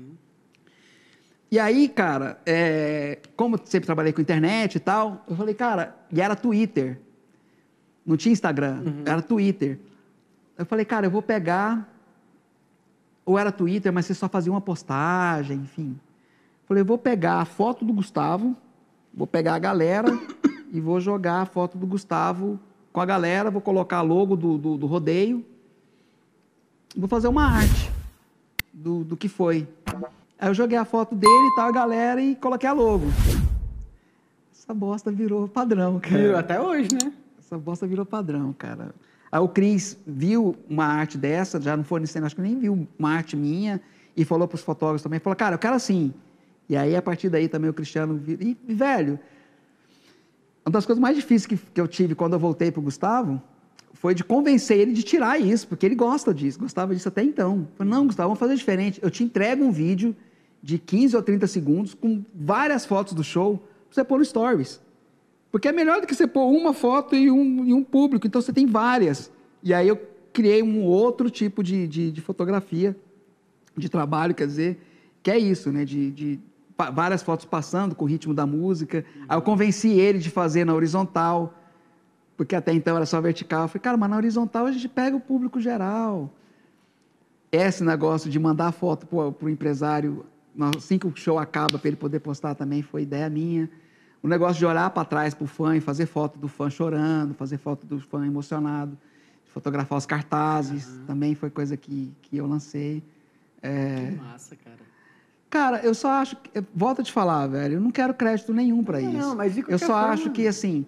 E aí, cara, como eu sempre trabalhei com internet e tal, eu falei, cara, e era Twitter. Não tinha Instagram, era Twitter. Eu falei, cara, eu vou pegar... Ou era Twitter, mas você só fazia uma postagem, enfim. Eu falei, eu vou pegar a foto do Gustavo, vou pegar a galera e vou jogar a foto do Gustavo com a galera, vou colocar a logo do rodeio, vou fazer uma arte do que foi. Aí eu joguei a foto dele e tal, a galera, e coloquei a logo. Essa bosta virou padrão, cara. Virou até hoje, né? Essa bosta virou padrão, cara. Aí o Cris viu uma arte dessa, já não foi no cena, acho que nem viu uma arte minha, e falou para os fotógrafos também, falou, cara, eu quero assim. E aí, a partir daí, também o Cristiano... E, velho, uma das coisas mais difíceis que eu tive quando eu voltei pro Gustavo foi de convencer ele de tirar isso, porque ele gosta disso, gostava disso até então. Eu falei, não, Gustavo, vamos fazer diferente. Eu te entrego um vídeo de 15 ou 30 segundos com várias fotos do show pra você pôr no Stories. Porque é melhor do que você pôr uma foto e um público, então você tem várias. E aí eu criei um outro tipo de fotografia, de trabalho, quer dizer, que é isso, né? Várias fotos passando com o ritmo da música. Aí eu convenci ele de fazer na horizontal, porque até então era só vertical. Eu falei, cara, mas na horizontal a gente pega o público geral. Esse negócio de mandar foto para o empresário, assim que o show acaba, para ele poder postar também, foi ideia minha. O negócio de olhar para trás para o fã e fazer foto do fã chorando, fazer foto do fã emocionado, fotografar os cartazes, também foi coisa que eu lancei. Que massa, cara. Cara, eu só acho... Volto a te falar, velho, eu não quero crédito nenhum para isso. Não, mas de qualquer eu só forma... acho que, assim,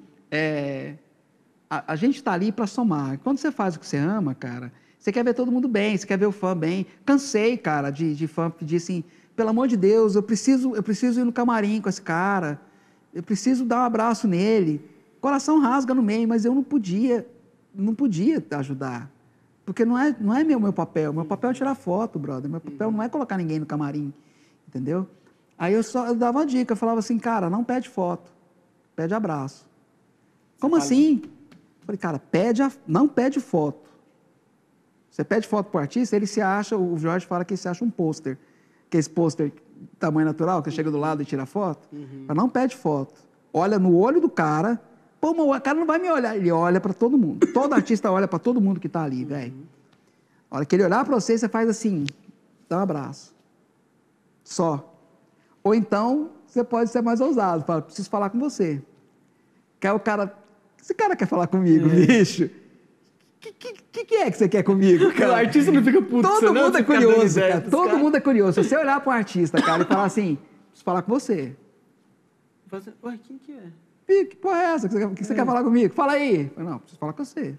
a gente está ali para somar. Quando você faz o que você ama, cara, você quer ver todo mundo bem, você quer ver o fã bem. Cansei, cara, de fã pedir assim, pelo amor de Deus, eu preciso ir no camarim com esse cara, eu preciso dar um abraço nele. Coração rasga no meio, mas eu não podia ajudar. Porque não é meu papel. Meu papel é tirar foto, brother. Meu papel não é colocar ninguém no camarim. Entendeu? Aí eu dava uma dica, eu falava assim, cara, não pede foto, pede abraço. Como assim? Eu falei, cara, não pede foto. Você pede foto pro artista, ele se acha, o Jorge fala que ele se acha um pôster. Que esse pôster tamanho natural, que chega do lado e tira foto. Mas não pede foto. Olha no olho do cara. Pô, mas o cara não vai me olhar. Ele olha para todo mundo. Todo artista olha para todo mundo que tá ali, velho. A hora que ele olhar para você, você faz assim, dá um abraço. Só. Ou então, você pode ser mais ousado. Fala, preciso falar com você. Que aí o cara... Esse cara quer falar comigo, bicho. O que é que você quer comigo, cara? O artista não fica puto. Todo não, mundo é curioso, cara. Todo cara. mundo é curioso. Se você olhar para um artista, cara, e falar assim, preciso falar com você. Ué, quem que é? Que porra é essa? Que você quer falar comigo? Fala aí. Eu falei, não, preciso falar com você.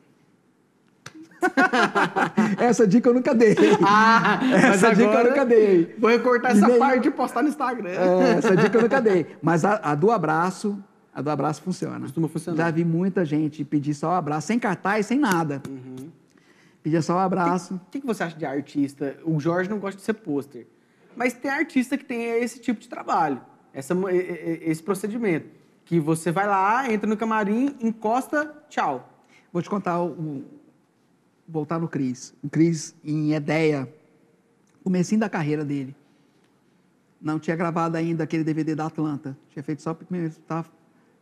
Essa dica eu nunca dei. Essa dica eu nunca dei. Vou recortar essa parte e postar no Instagram. Essa dica eu nunca dei. Mas a do abraço funciona. Costuma funcionar. Já vi muita gente pedir só o abraço, sem cartaz, sem nada. Pedia só o abraço. O que você acha de artista? O Jorge não gosta de ser pôster. Mas tem artista que tem esse tipo de trabalho. Esse procedimento. Que você vai lá, entra no camarim, encosta, tchau. Vou te contar voltar no Cris. O Cris, em Edéia, comecinho da carreira dele. Não tinha gravado ainda aquele DVD da Atlanta. Tinha feito só primeiro,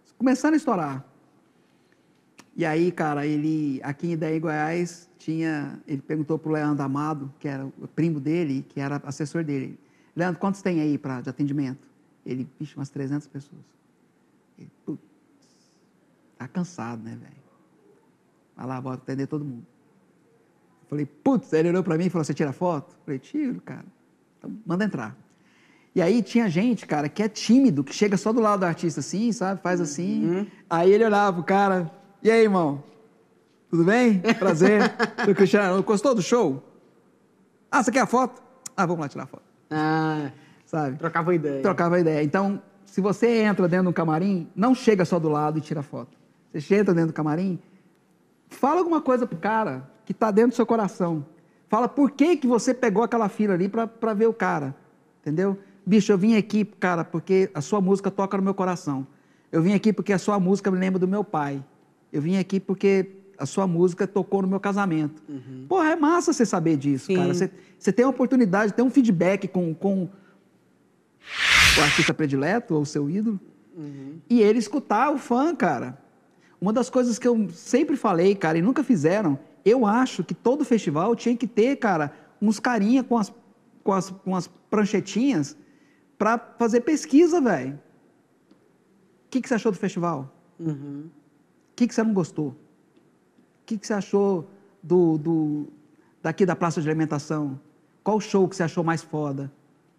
começando a estourar. E aí, cara, ele, aqui em Goiás, ele perguntou pro Leandro Amado, que era o primo dele, que era assessor dele. Leandro, quantos tem aí de atendimento? Ele, bicho, umas 300 pessoas. Ele, putz, tá cansado, né, velho? Vai lá, bora atender todo mundo. Eu falei, putz, aí ele olhou pra mim e falou, você tira foto? Eu falei, tiro, cara. Então, manda entrar. E aí tinha gente, cara, que é tímido, que chega só do lado do artista assim, sabe? Faz assim. Aí ele olhava pro cara, e aí, irmão? Tudo bem? Prazer. Sou Cristiano, gostou do show? Ah, você quer a foto? Ah, vamos lá tirar a foto. Ah, sabe? Trocava ideia. Trocava ideia. Então, se você entra dentro de um camarim, não chega só do lado e tira foto. Você chega dentro do camarim, fala alguma coisa pro cara que tá dentro do seu coração. Fala por que você pegou aquela fila ali pra ver o cara. Entendeu? Bicho, eu vim aqui, cara, porque a sua música toca no meu coração. Eu vim aqui porque a sua música me lembra do meu pai. Eu vim aqui porque a sua música tocou no meu casamento. Porra, é massa você saber disso, cara. Você tem a oportunidade, tem um feedback com o artista predileto ou o seu ídolo, e ele escutar o fã, cara. Uma das coisas que eu sempre falei, cara, e nunca fizeram, eu acho que todo festival tinha que ter, cara, uns carinha com as pranchetinhas para fazer pesquisa, velho. O que você achou do festival? O que você não gostou? O que você achou daqui da praça de alimentação? Qual show que você achou mais foda?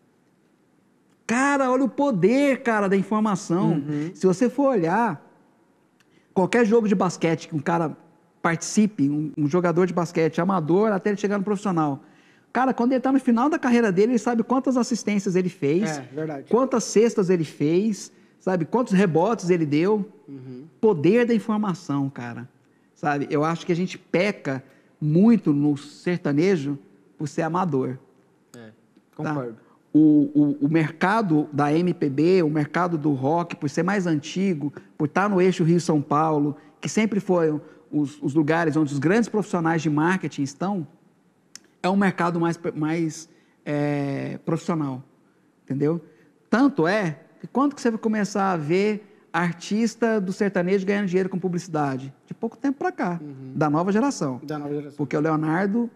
Cara, olha o poder, cara, da informação. Se você for olhar, qualquer jogo de basquete que um cara participe, um jogador de basquete amador até ele chegar no profissional, cara, quando ele está no final da carreira dele, ele sabe quantas assistências ele fez, quantas cestas ele fez, sabe, quantos rebotes ele deu. Poder da informação, cara. Sabe, eu acho que a gente peca muito no sertanejo por ser amador. Concordo. Tá? O mercado da MPB, o mercado do rock, por ser mais antigo, por estar no eixo Rio-São Paulo, que sempre foram os lugares onde os grandes profissionais de marketing estão, é um mercado mais profissional, entendeu? Tanto é que quando que você vai começar a ver artista do sertanejo ganhando dinheiro com publicidade? De pouco tempo para cá, da nova geração. Porque o Leonardo...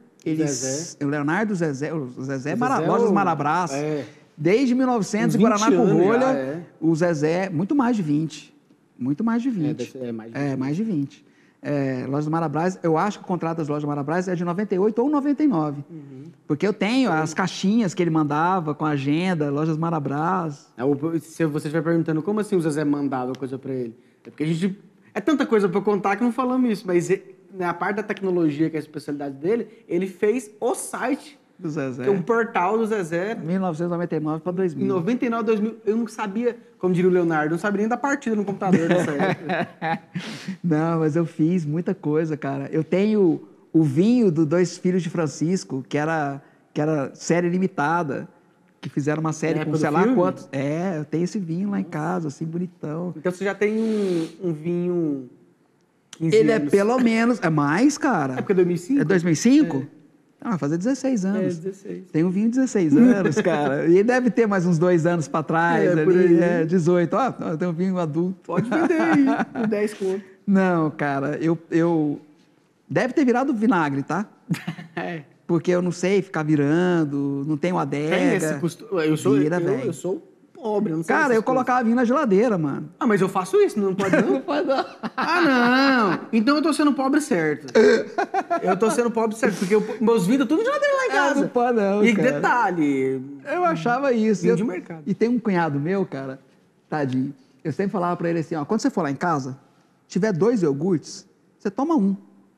o Zezé, Lojas Marabras, desde 1900 em Guaraná com rolha, o Zezé, muito mais de 20. Muito mais de 20. Mais de 20. Lojas Marabras, eu acho que o contrato das Lojas Marabras é de 98 ou 99. Porque eu tenho as caixinhas que ele mandava com a agenda, Lojas Marabras. Se você estiver perguntando como assim o Zezé mandava coisa pra ele, é porque a gente... É tanta coisa pra contar que não falamos isso, mas... Na parte da tecnologia, que é a especialidade dele, ele fez o site do Zezé. Que é um portal do Zezé. 1999 para 2000. Em 99, 2000, eu não sabia, como diria o Leonardo, não sabia nem da partida no computador nessa época. Não, mas eu fiz muita coisa, cara. Eu tenho o vinho do Dois Filhos de Francisco, que era série limitada, que fizeram uma série com sei lá quantos. Eu tenho esse vinho lá em casa, assim, bonitão. Então você já tem um vinho... Ele anos. É pelo menos... É mais, cara. É porque é 2005? É 2005? Vai fazer 16 anos. 16. Tem um vinho de 16 anos, cara. E ele deve ter mais uns 2 anos para trás, ali, 18. Tem um vinho adulto. Pode vender aí, por 10 conto. Não, cara, eu... Deve ter virado vinagre, tá? Porque eu não sei ficar virando, não tenho adega. Tem esse costume? Eu sou pobre, eu não sei. Cara, eu colocava vinho na geladeira, mano. Mas eu faço isso, não pode não? Não pode não. Não. Então eu tô sendo pobre certo. Eu tô sendo pobre certo, porque meus vinhos tudo geladeira lá em casa. Não pode não, e cara. Detalhe... Eu achava isso. Vinho de mercado. E tem um cunhado meu, cara, tadinho. Eu sempre falava pra ele assim, ó, quando você for lá em casa, tiver 2 iogurtes, você toma um.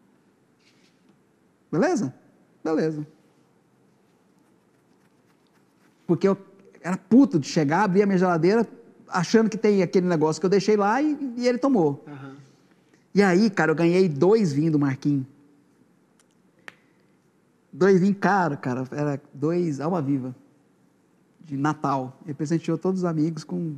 Beleza? Beleza. Porque eu era puto de chegar, abrir a minha geladeira, achando que tem aquele negócio que eu deixei lá e ele tomou. Uhum. E aí, cara, eu ganhei 2 vinhos do Marquinhos. 2 vinhos caros, cara. Era 2 Alma Viva, de Natal. Ele presenteou todos os amigos com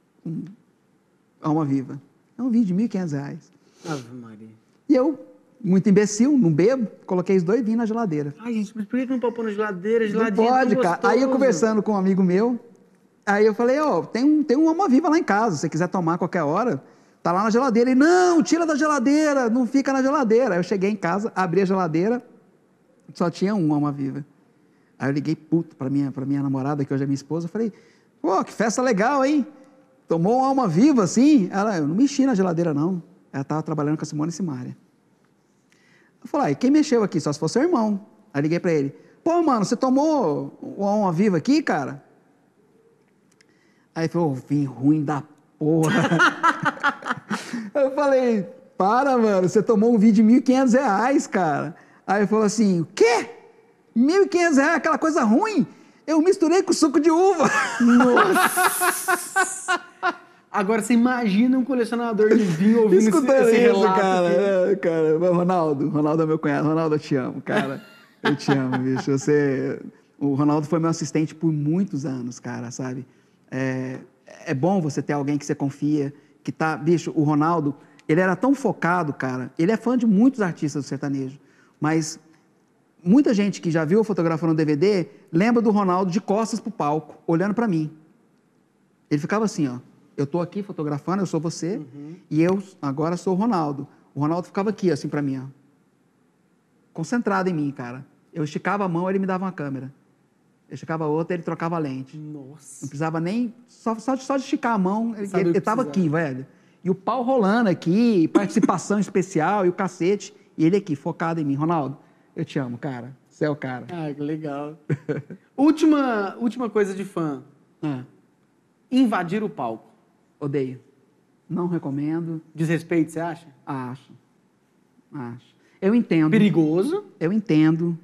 Alma Viva. É um vinho de R$1.500. Ave Maria. E eu, muito imbecil, não bebo, coloquei os 2 vinhos na geladeira. Ai, gente, mas por que não pode pôr na geladeira? Geladinho não pode, cara. Aí eu conversando com um amigo meu, aí eu falei, tem um Alma Viva lá em casa, se você quiser tomar a qualquer hora, tá lá na geladeira. Ele, não, tira da geladeira, não fica na geladeira. Aí eu cheguei em casa, abri a geladeira, só tinha uma alma viva. Aí eu liguei puto pra minha namorada, que hoje é minha esposa, eu falei, pô, que festa legal, hein? Tomou uma alma viva, assim? Ela, eu não mexi na geladeira, não. Ela tava trabalhando com a Simone e Simária. Eu falei, e quem mexeu aqui? Só se fosse seu irmão. Aí liguei pra ele, pô, mano, você tomou uma alma viva aqui, cara? Aí ele falou, vim ruim da porra. Eu falei, para, mano, você tomou um vídeo de R$1.500, cara. Aí ele falou assim, o quê? R$1.500, aquela coisa ruim? Eu misturei com suco de uva. Nossa! Agora você imagina um colecionador de vinho ouvindo esse relato cara. Cara, Ronaldo é meu cunhado. Ronaldo, eu te amo, cara. Eu te amo, bicho. O Ronaldo foi meu assistente por muitos anos, cara, sabe? É bom você ter alguém que você confia, que tá... Bicho, o Ronaldo, ele era tão focado, cara. Ele é fã de muitos artistas do sertanejo, mas muita gente que já viu eu fotografando no DVD lembra do Ronaldo de costas pro palco, olhando para mim. Ele ficava assim, ó. Eu tô aqui fotografando, eu sou você, e eu agora sou o Ronaldo. O Ronaldo ficava aqui, assim, para mim, ó. Concentrado em mim, cara. Eu esticava a mão, ele me dava uma câmera. Eu esticava a outra, ele trocava a lente. Nossa. Não precisava nem... Só de esticar a mão, ele tava aqui, velho. E o pau rolando aqui, participação especial, e o cacete. E ele aqui, focado em mim. Ronaldo, eu te amo, cara. Você é o cara. Ah, que legal. última coisa de fã. Invadir o palco. Odeio. Não recomendo. Desrespeito, você acha? Acho. Eu entendo. Perigoso. Eu entendo.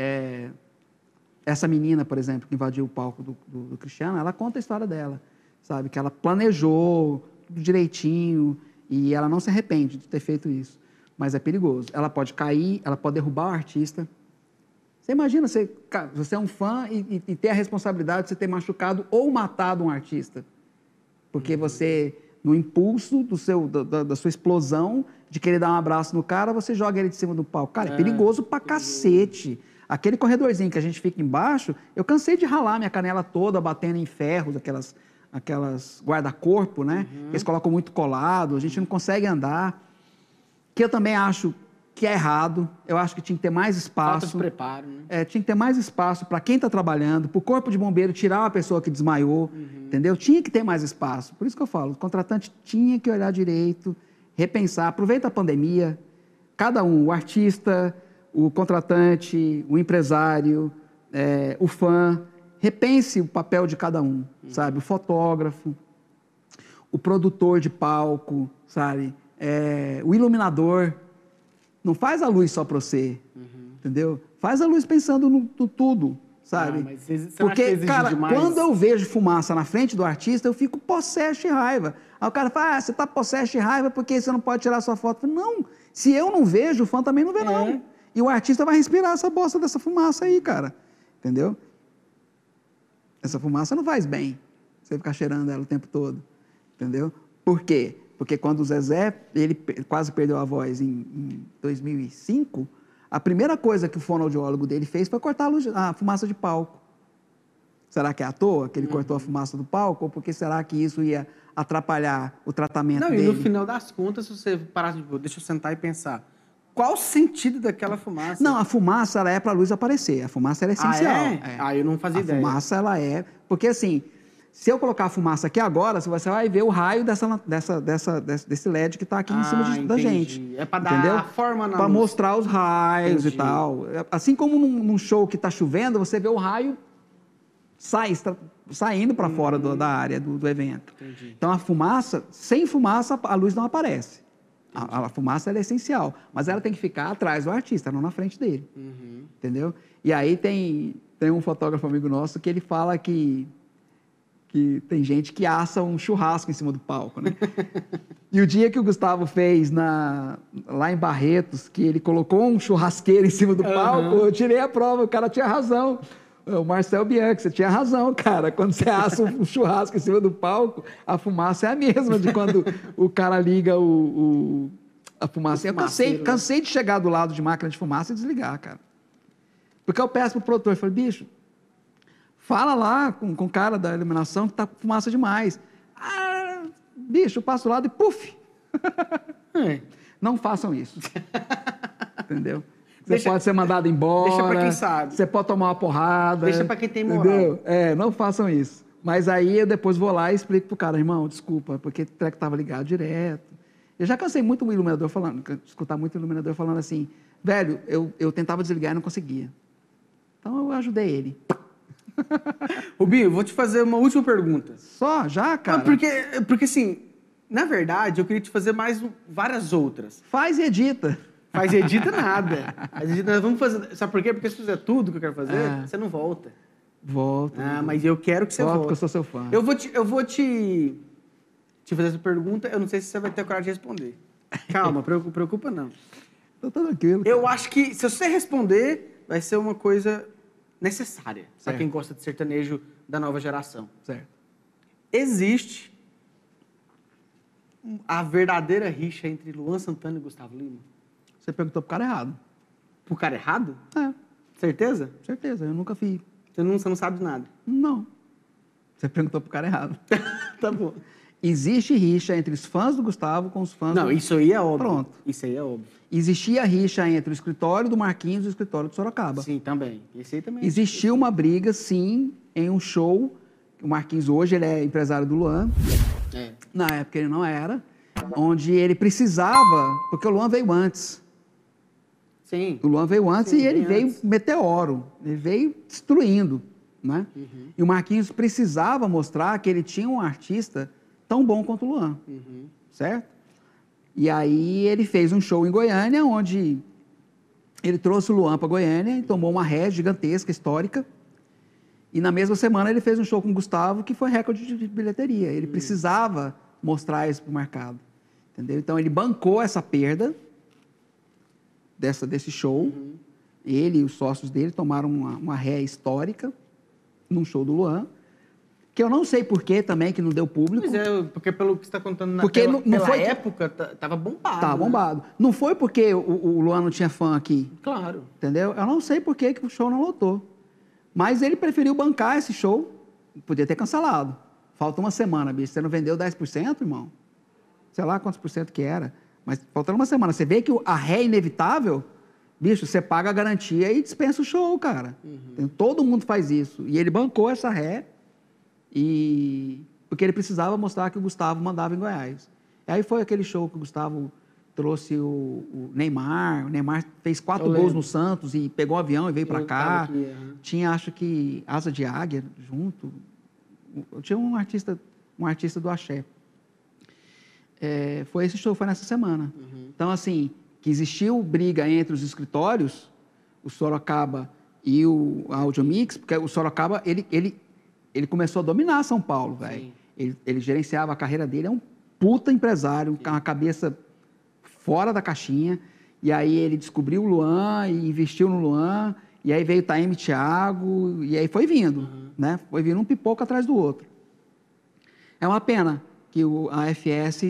Essa menina, por exemplo, que invadiu o palco do Cristiano, ela conta a história dela, sabe? Que ela planejou tudo direitinho e ela não se arrepende de ter feito isso. Mas é perigoso. Ela pode cair, ela pode derrubar o artista. Você imagina, você é um fã e ter a responsabilidade de você ter machucado ou matado um artista. Porque você, no impulso da sua explosão, de querer dar um abraço no cara, você joga ele de cima do palco. Cara, é perigoso pra cacete. Aquele corredorzinho que a gente fica embaixo, eu cansei de ralar minha canela toda, batendo em ferros, aquelas guarda-corpo, né? Eles colocam muito colado, a gente não consegue andar. Que eu também acho que é errado. Eu acho que tinha que ter mais espaço. Falta de preparo, né? Tinha que ter mais espaço para quem está trabalhando, para o corpo de bombeiro tirar uma pessoa que desmaiou, entendeu? Tinha que ter mais espaço. Por isso que eu falo, o contratante tinha que olhar direito, repensar. Aproveita a pandemia, cada um, o artista, o contratante, o empresário, o fã, repense o papel de cada um, sabe? O fotógrafo, o produtor de palco, sabe? O iluminador. Não faz a luz só para você, entendeu? Faz a luz pensando no tudo, sabe? Mas você porque, acha que cara, demais? quando eu vejo fumaça na frente do artista, eu fico possesso de raiva. Aí o cara fala, você tá possesso de raiva porque você não pode tirar sua foto. Eu falo, não, se eu não vejo, o fã também não vê, não. E o artista vai respirar essa bosta dessa fumaça aí, cara. Entendeu? Essa fumaça não faz bem, você ficar cheirando ela o tempo todo. Entendeu? Por quê? Porque quando o Zezé, ele quase perdeu a voz em 2005, a primeira coisa que o fonoaudiólogo dele fez foi cortar a fumaça de palco. Será que é à toa que ele cortou a fumaça do palco? Ou porque será que isso ia atrapalhar o tratamento dele? E no final das contas, se você parar de... Deixa eu sentar e pensar. Qual o sentido daquela fumaça? Não, a fumaça, ela é para a luz aparecer. A fumaça, ela é essencial. Eu não fazia ideia. A fumaça, ela é... Porque, assim... Se eu colocar a fumaça aqui agora, você vai ver o raio desse LED que está aqui em cima da gente. É para dar a forma na Para luz. mostrar os raios e tal. Assim como num show que está chovendo, você vê o raio saindo para fora da área do evento. Entendi. Então, a fumaça, sem fumaça, a luz não aparece. A fumaça ela é essencial, mas ela tem que ficar atrás do artista, não na frente dele. Entendeu? E aí tem um fotógrafo amigo nosso que ele fala que tem gente que assa um churrasco em cima do palco, né? E o dia que o Gustavo fez lá em Barretos, que ele colocou um churrasqueiro em cima do palco, eu tirei a prova, o cara tinha razão. O Marcel Bianchi, você tinha razão, cara. Quando você assa um churrasco em cima do palco, a fumaça é a mesma de quando o cara liga a fumaça. Eu cansei de chegar do lado de máquina de fumaça e desligar, cara. Porque eu peço pro produtor, eu falei, bicho, fala lá com o cara da iluminação que tá fumaça demais. Bicho, eu passo do lado e puf! Não façam isso. Entendeu? Você pode ser mandado embora. Deixa pra quem sabe. Você pode tomar uma porrada. Deixa pra quem tem moral. Entendeu? Não façam isso. Mas aí eu depois vou lá e explico pro cara, irmão, desculpa, porque o treco tava ligado direto. Eu já cansei muito o iluminador falando, escutar muito o iluminador falando assim, velho, eu tentava desligar e não conseguia. Então eu ajudei ele. Rubinho, vou te fazer uma última pergunta. Só? Já, cara? Porque assim, na verdade, eu queria te fazer várias outras. Faz e edita. Faz e edita nada. Vamos fazer. Sabe por quê? Porque se fizer tudo que eu quero fazer, você não volta. Volta. Mas eu quero que você volte. Porque eu sou seu fã. Eu vou te fazer essa pergunta, eu não sei se você vai ter coragem de responder. Calma, preocupa não. Tô tranquilo. Eu acho que se você responder, vai ser uma coisa necessária para quem gosta de sertanejo da nova geração. Certo. Existe a verdadeira rixa entre Luan Santana e Gustavo Lima? Você perguntou pro cara errado. Pro cara errado? É. Certeza? Certeza, eu nunca vi. Você não sabe de nada? Não. Você perguntou pro cara errado. Tá bom. Existe rixa entre os fãs do Gustavo com os fãs Não, isso aí é óbvio. Pronto. Isso aí é óbvio. Existia rixa entre o escritório do Marquinhos e o escritório do Sorocaba. Sim, também. Esse aí também. Existiu uma briga, sim, em um show. O Marquinhos hoje ele é empresário do Luan. Na época ele não era. Onde ele precisava, porque o Luan veio antes. Sim. O Luan veio antes e ele veio antes. meteoro. Ele veio destruindo, né? Uhum. E o Marquinhos precisava mostrar que ele tinha um artista tão bom quanto o Luan, certo? E aí ele fez um show em Goiânia, onde ele trouxe o Luan para Goiânia e tomou uma ré gigantesca, histórica. E na mesma semana ele fez um show com o Gustavo, que foi recorde de bilheteria. Ele precisava mostrar isso para o mercado, entendeu? Então ele bancou essa perda desse show. Ele e os sócios dele tomaram uma ré histórica num show do Luan. Que eu não sei por que também, que não deu público. Mas porque pelo que você está contando porque pela época, tava bombado. Tava bombado. Não foi porque o Luan não tinha fã aqui. Claro. Entendeu? Eu não sei por que o show não lotou. Mas ele preferiu bancar esse show. Podia ter cancelado. Falta uma semana, bicho. Você não vendeu 10%, irmão? Sei lá quantos por cento que era. Mas faltando uma semana. Você vê que a ré é inevitável, bicho, você paga a garantia e dispensa o show, cara. Todo mundo faz isso. E ele bancou essa ré. Porque ele precisava mostrar que o Gustavo mandava em Goiás. E aí foi aquele show que o Gustavo trouxe o Neymar. O Neymar fez 4 gols no Santos e pegou um avião e veio para cá. Tinha, acho que, Asa de Águia junto. Tinha um artista do Axé. Foi esse show, foi nessa semana. Então, assim, que existiu briga entre os escritórios, o Sorocaba e o Audiomix, porque o Sorocaba, ele começou a dominar São Paulo, velho. Ele gerenciava a carreira dele, é um puta empresário, com a cabeça fora da caixinha. E aí ele descobriu o Luan e investiu no Luan. E aí veio o Taime Thiago, e aí foi vindo, né? Foi vindo um pipoco atrás do outro. É uma pena que a FS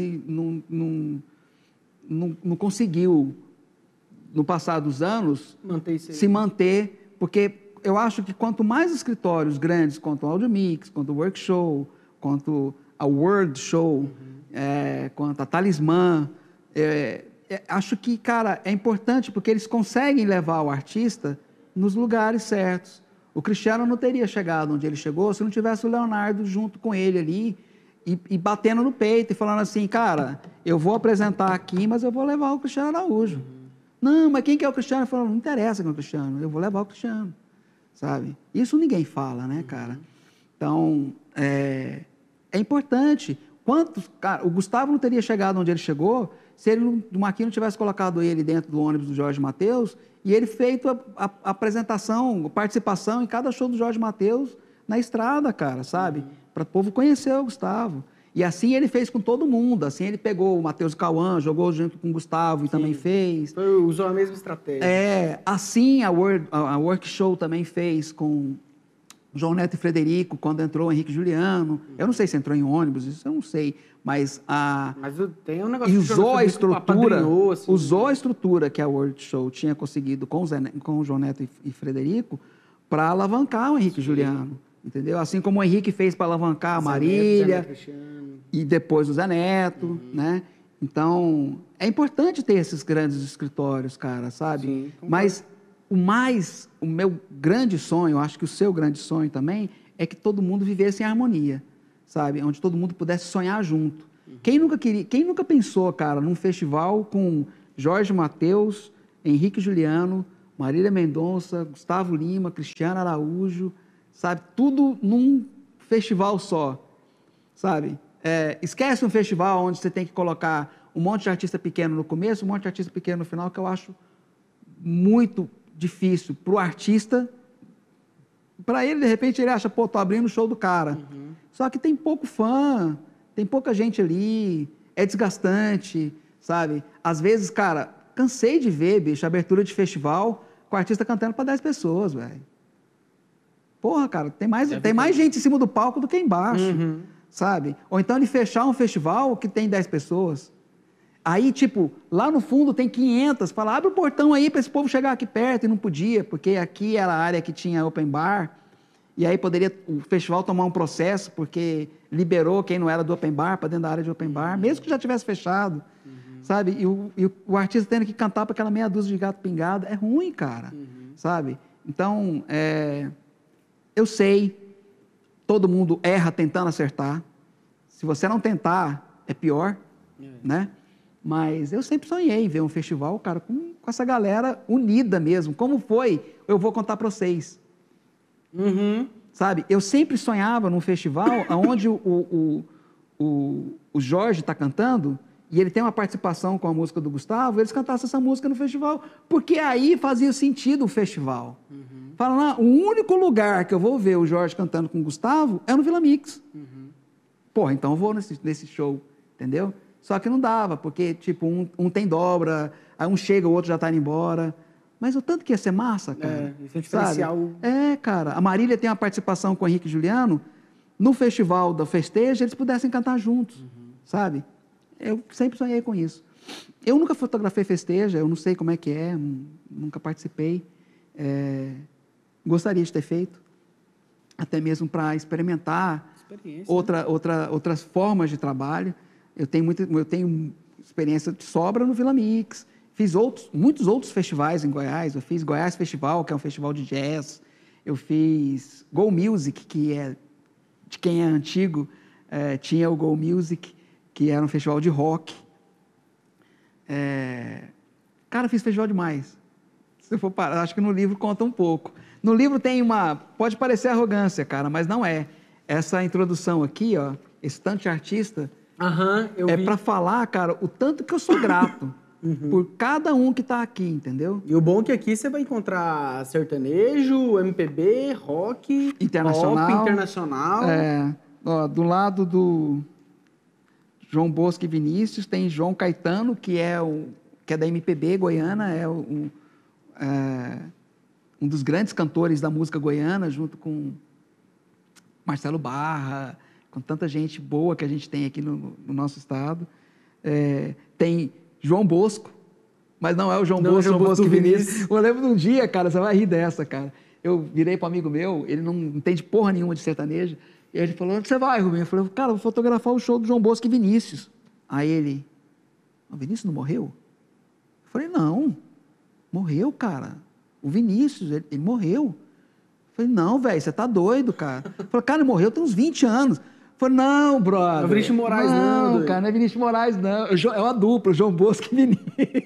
não conseguiu, no passar dos anos, se manter, porque eu acho que quanto mais escritórios grandes, quanto o Audiomix, quanto o Workshow, quanto a World Show, quanto a Talismã, acho que, cara, é importante porque eles conseguem levar o artista nos lugares certos. O Cristiano não teria chegado onde ele chegou se não tivesse o Leonardo junto com ele ali e batendo no peito e falando assim, cara, eu vou apresentar aqui, mas eu vou levar o Cristiano Araújo. Não, mas quem que é o Cristiano? Falou, não interessa quem é o Cristiano, eu vou levar o Cristiano. Sabe? Isso ninguém fala, né, cara? Então, é importante. Cara, o Gustavo não teria chegado onde ele chegou se o Marquinhos não tivesse colocado ele dentro do ônibus do Jorge Mateus e ele feito a apresentação, a participação em cada show do Jorge Mateus na estrada, cara, sabe? Para o povo conhecer o Gustavo. E assim ele fez com todo mundo. Assim ele pegou o Matheus Cauã, jogou junto com o Gustavo e também fez. Usou a mesma estratégia. Assim a Workshow também fez com João Neto e Frederico, quando entrou o Henrique Juliano. Eu não sei se entrou em ônibus, isso eu não sei. Mas tem um negócio usou a estrutura, assim, usou a estrutura que a Workshow tinha conseguido com o João Neto e Frederico para alavancar o Henrique Juliano. Entendeu? Assim como o Henrique fez para alavancar a Marília e depois o Zé Neto, né? Então, é importante ter esses grandes escritórios, cara, sabe? Sim, mas o meu grande sonho, acho que o seu grande sonho também, é que todo mundo vivesse em harmonia, sabe? Onde todo mundo pudesse sonhar junto. Quem nunca pensou, cara, num festival com Jorge Mateus, Henrique Juliano, Marília Mendonça, Gustavo Lima, Cristiano Araújo, sabe? Tudo num festival só, sabe? Esquece um festival onde você tem que colocar um monte de artista pequeno no começo, um monte de artista pequeno no final, que eu acho muito difícil para o artista. Para ele, de repente, ele acha, pô, tô abrindo o show do cara. Só que tem pouco fã, tem pouca gente ali, é desgastante, sabe? Às vezes, cara, cansei de ver, bicho, abertura de festival com o artista cantando para 10 pessoas, velho. Porra, cara, tem mais gente em cima do palco do que embaixo, sabe? Ou então ele fechar um festival que tem 10 pessoas. Aí, tipo, lá no fundo tem 500, fala, abre o portão aí para esse povo chegar aqui perto, e não podia, porque aqui era a área que tinha open bar, e aí poderia o festival tomar um processo, porque liberou quem não era do open bar para dentro da área de open bar, mesmo que já tivesse fechado, sabe? E o artista tendo que cantar para aquela meia dúzia de gato pingado, é ruim, cara, sabe? Então, eu sei, todo mundo erra tentando acertar, se você não tentar, é pior, né? Mas eu sempre sonhei em ver um festival, cara, com essa galera unida mesmo. Como foi? Eu vou contar para vocês. Sabe? Eu sempre sonhava num festival onde o Jorge está cantando e ele tem uma participação com a música do Gustavo, eles cantassem essa música no festival, porque aí fazia sentido o festival. Fala, o único lugar que eu vou ver o Jorge cantando com o Gustavo é no Vila Mix. Porra, então eu vou nesse show, entendeu? Só que não dava, porque, tipo, um tem dobra, aí um chega, o outro já tá indo embora. Mas o tanto que ia ser massa, cara. Isso é diferencial. Cara. A Marília tem uma participação com o Henrique Juliano. No festival da Festeja, eles pudessem cantar juntos, sabe? Eu sempre sonhei com isso. Eu nunca fotografei Festeja, eu não sei como é que é, nunca participei. Gostaria de ter feito, até mesmo para experimentar outras formas de trabalho. Eu tenho experiência de sobra no Vila Mix, fiz muitos outros festivais em Goiás. Eu fiz Goiás Festival, que é um festival de jazz. Eu fiz Go Music, que é de quem é antigo, tinha o Go Music, que era um festival de rock. Cara, fiz festival demais. Se eu for parar, acho que no livro conta um pouco. No livro tem pode parecer arrogância, cara, mas não é. Essa introdução aqui, ó, esse tanto de artista, para falar, cara, o tanto que eu sou grato por cada um que está aqui, entendeu? E o bom é que aqui você vai encontrar sertanejo, MPB, rock, internacional, pop, internacional. Ó, do lado do João Bosco e Vinícius tem João Caetano, que é da MPB goiana, um dos grandes cantores da música goiana, junto com Marcelo Barra, com tanta gente boa que a gente tem aqui no nosso estado. Tem João Bosco, mas não é o João Bosco Vinícius. Eu lembro de um dia, cara, você vai rir dessa, cara. Eu virei para um amigo meu, ele não entende porra nenhuma de sertanejo, e ele falou, onde você vai, Rubinho? Eu falei, cara, vou fotografar o show do João Bosco e Vinícius. Aí ele, o Vinícius não morreu? Eu falei, não, morreu, cara. O Vinícius, ele morreu. Eu falei, não, velho, você tá doido, cara. Eu falei, cara, ele morreu tem uns 20 anos. Eu falei, não, brother. Não é Vinícius Moraes, não. Não, cara, não é Vinícius Moraes, não. É uma dupla, João Bosco e Vinícius.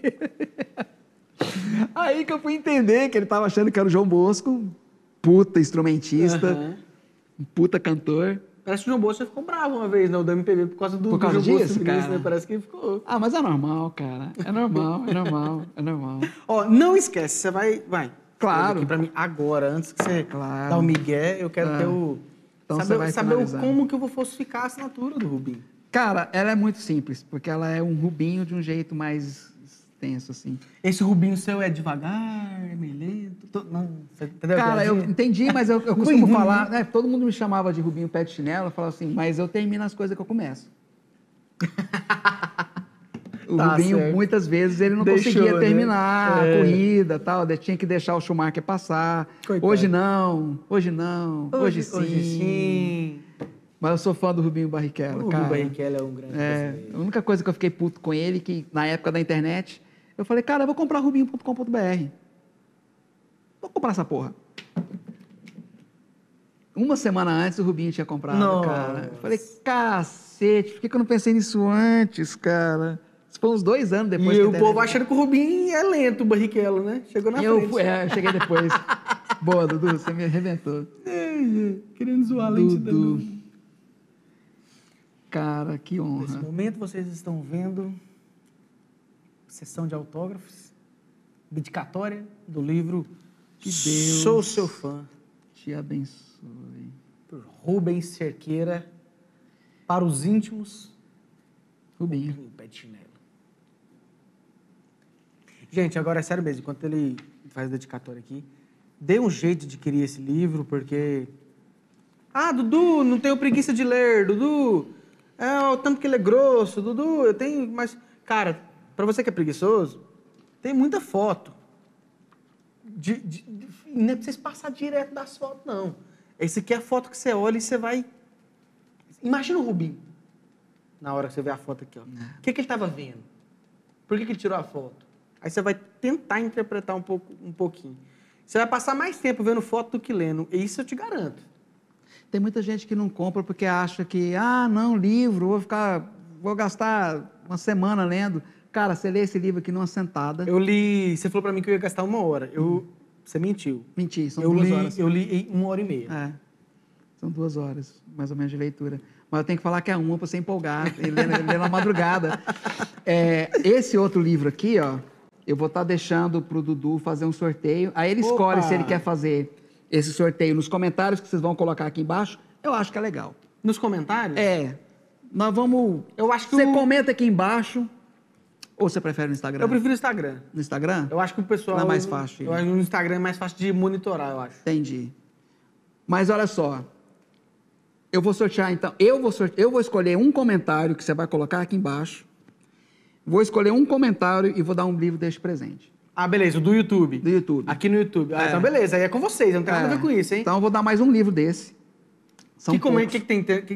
Aí que eu fui entender que ele tava achando que era o João Bosco, puta instrumentista, puta cantor. Parece que o João Bosco ficou bravo uma vez, né, do MPB, por causa do João disso, cara? Né? Parece que ele ficou. Ah, mas é normal, cara. É normal. Ó, não esquece, você vai. Claro. Aqui pra mim agora, antes que você dá o migué, eu quero ter o... Então saber como que eu vou falsificar a assinatura do Rubinho. Cara, ela é muito simples, porque ela é um Rubinho de um jeito mais extenso, assim. Esse Rubinho seu é devagar, é meio lento? Não, você entendeu? Cara, eu entendi, mas eu costumo falar... Né, todo mundo me chamava de Rubinho pé de chinelo, eu falava assim, mas eu termino as coisas que eu começo. O Rubinho, certo. Muitas vezes, ele não conseguia terminar a corrida, tal, tinha que deixar o Schumacher passar. Coitado. Hoje sim. Mas eu sou fã do Rubinho O Barrichello, Rubinho cara. Barrichello é um grande brasileiro. A única coisa que eu fiquei puto com ele, que na época da internet, eu falei, cara, eu vou comprar rubinho.com.br. Vou comprar essa porra. Uma semana antes o Rubinho tinha comprado, Nossa. cara. Eu falei, cacete, por que eu não pensei nisso antes, cara? Isso foi uns 2 anos depois. E que a o internet- povo achando que o Rubinho é lento, o Barrichello, né? Chegou na frente. Eu cheguei depois. Boa, Dudu, você me arrebentou. Querendo zoar a Dudu. Cara, que Nesse honra. momento vocês estão vendo sessão de autógrafos, dedicatória do livro Que Deus Sou Seu Fã, te abençoe. por Rubens Cerqueira, para os íntimos, Rubinho. o pé de chinelo. Gente, agora é sério mesmo, enquanto ele faz a dedicatória aqui, dê um jeito de adquirir esse livro, porque... Ah, Dudu, não tenho preguiça de ler, Dudu, o tanto que ele é grosso, Dudu, eu tenho... Mas, cara, para você que é preguiçoso, tem muita foto. Não é pra vocês passar direto das fotos, não. Esse aqui é a foto que você olha e você vai... Imagina o Rubinho, na hora que você vê a foto aqui, ó. O que ele estava vendo? Por que ele tirou a foto? Aí você vai tentar interpretar um pouquinho. Você vai passar mais tempo vendo foto do que lendo. E isso eu te garanto. Tem muita gente que não compra porque acha que, não, livro, vou gastar uma semana lendo. Cara, você lê esse livro aqui numa sentada. Eu li... Você falou pra mim que eu ia gastar 1 hora. Você mentiu. Menti, são 2 horas. Eu li em 1h30. São 2 horas, mais ou menos, de leitura. Mas eu tenho que falar que é 1 para você empolgar, e ler na madrugada. Esse outro livro aqui, ó, eu vou estar deixando para o Dudu fazer um sorteio. Aí ele escolhe se ele quer fazer esse sorteio nos comentários que vocês vão colocar aqui embaixo. Eu acho que é legal. Nos comentários? Nós vamos... Eu acho que você comenta aqui embaixo, ou você prefere no Instagram? Eu prefiro o Instagram. No Instagram? Eu acho que o pessoal... Não é mais fácil. Eu acho que no Instagram é mais fácil de monitorar, eu acho. Entendi. Mas olha só, eu vou sortear então, eu vou escolher um comentário que você vai colocar aqui embaixo, vou escolher um comentário e vou dar um livro deste presente. Ah, beleza, do YouTube. Do YouTube. Aqui no YouTube. Então beleza, aí é com vocês, não tem nada a ver com isso, hein? Então eu vou dar mais um livro desse. São O poucos. que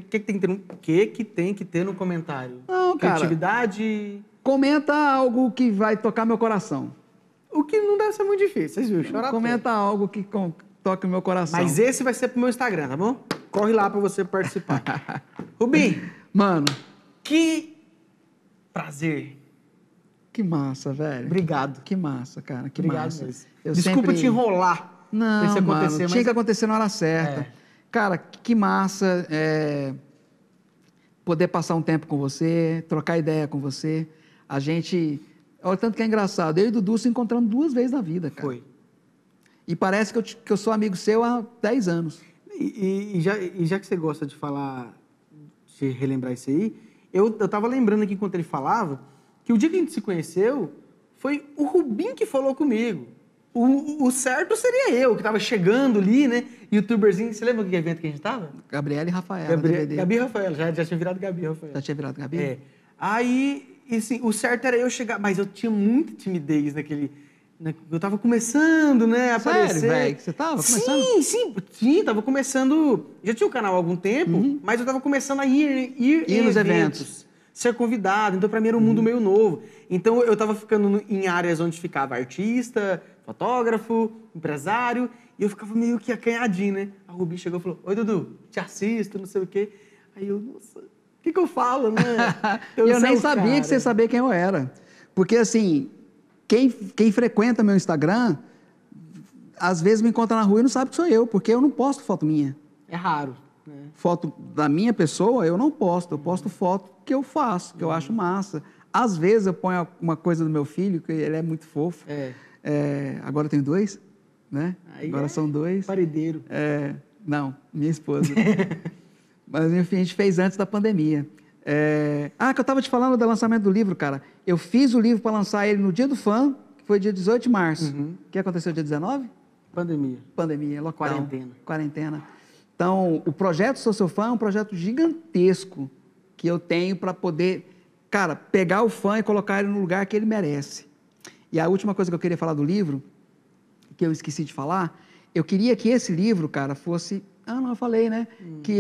tem que ter no comentário? Não, cara. Criatividade... Comenta algo que vai tocar meu coração. O que não deve ser muito difícil, vocês viram? Chorar Comenta algo que toque o meu coração. Mas esse vai ser pro meu Instagram, tá bom? Corre lá pra você participar. Rubinho, Mano, que prazer. que massa, velho. Obrigado. Que massa, cara. Que Obrigado massa. mesmo. Eu Desculpa sempre- te enrolar. Não, pra isso mano, acontecer, tinha que acontecer na hora certa. Cara, que massa poder passar um tempo com você, trocar ideia com você. A gente... Olha o tanto que é engraçado. Eu e o Dudu se encontramos 2 vezes na vida, cara. Foi. E parece que eu sou amigo seu há 10 anos. E já que você gosta de falar, de relembrar isso aí, eu tava lembrando aqui enquanto ele falava, que o dia que a gente se conheceu, foi o Rubinho que falou comigo. O certo seria eu, que tava chegando ali, né? Youtuberzinho. Você lembra que evento que a gente tava? Gabriela e Rafaela. DVD. Gabi e Rafael, já tinha virado Gabi e Rafael. Já tinha virado Gabi? Aí, assim, o certo era eu chegar, mas eu tinha muita timidez naquele... Eu tava começando, né, a aparecer. Sério, velho? Que você tava começando? Sim, tava começando... Já tinha o canal há algum tempo, mas eu tava começando a ir em nos eventos. Ser convidado, então pra mim era um mundo meio novo. Então eu tava ficando em áreas onde ficava artista, fotógrafo, empresário, e eu ficava meio que acanhadinho, né? A Rubi chegou e falou, oi Dudu, te assisto, não sei o quê. Aí eu, nossa, o que eu falo, né? Eu nem sabia que você sabia quem eu era. Porque, assim, quem frequenta meu Instagram, às vezes me encontra na rua e não sabe que sou eu, porque eu não posto foto minha. É raro, né? Foto da minha pessoa, eu não posto. Eu posto foto que eu faço, que eu acho massa. Às vezes eu ponho uma coisa do meu filho, que ele é muito fofo. Agora eu tenho 2, né? Aí agora são 2. Paredeiro. Não, minha esposa. Mas, enfim, a gente fez antes da pandemia. Que eu estava te falando do lançamento do livro, cara. Eu fiz o livro para lançar ele no dia do fã, que foi dia 18 de março. O que aconteceu dia 19? Pandemia. Pandemia, lockdown. Quarentena. Então, o projeto Sou Seu Fã é um projeto gigantesco que eu tenho para poder, cara, pegar o fã e colocar ele no lugar que ele merece. E a última coisa que eu queria falar do livro, que eu esqueci de falar, eu queria que esse livro, cara, fosse... não, eu falei, né? Que ele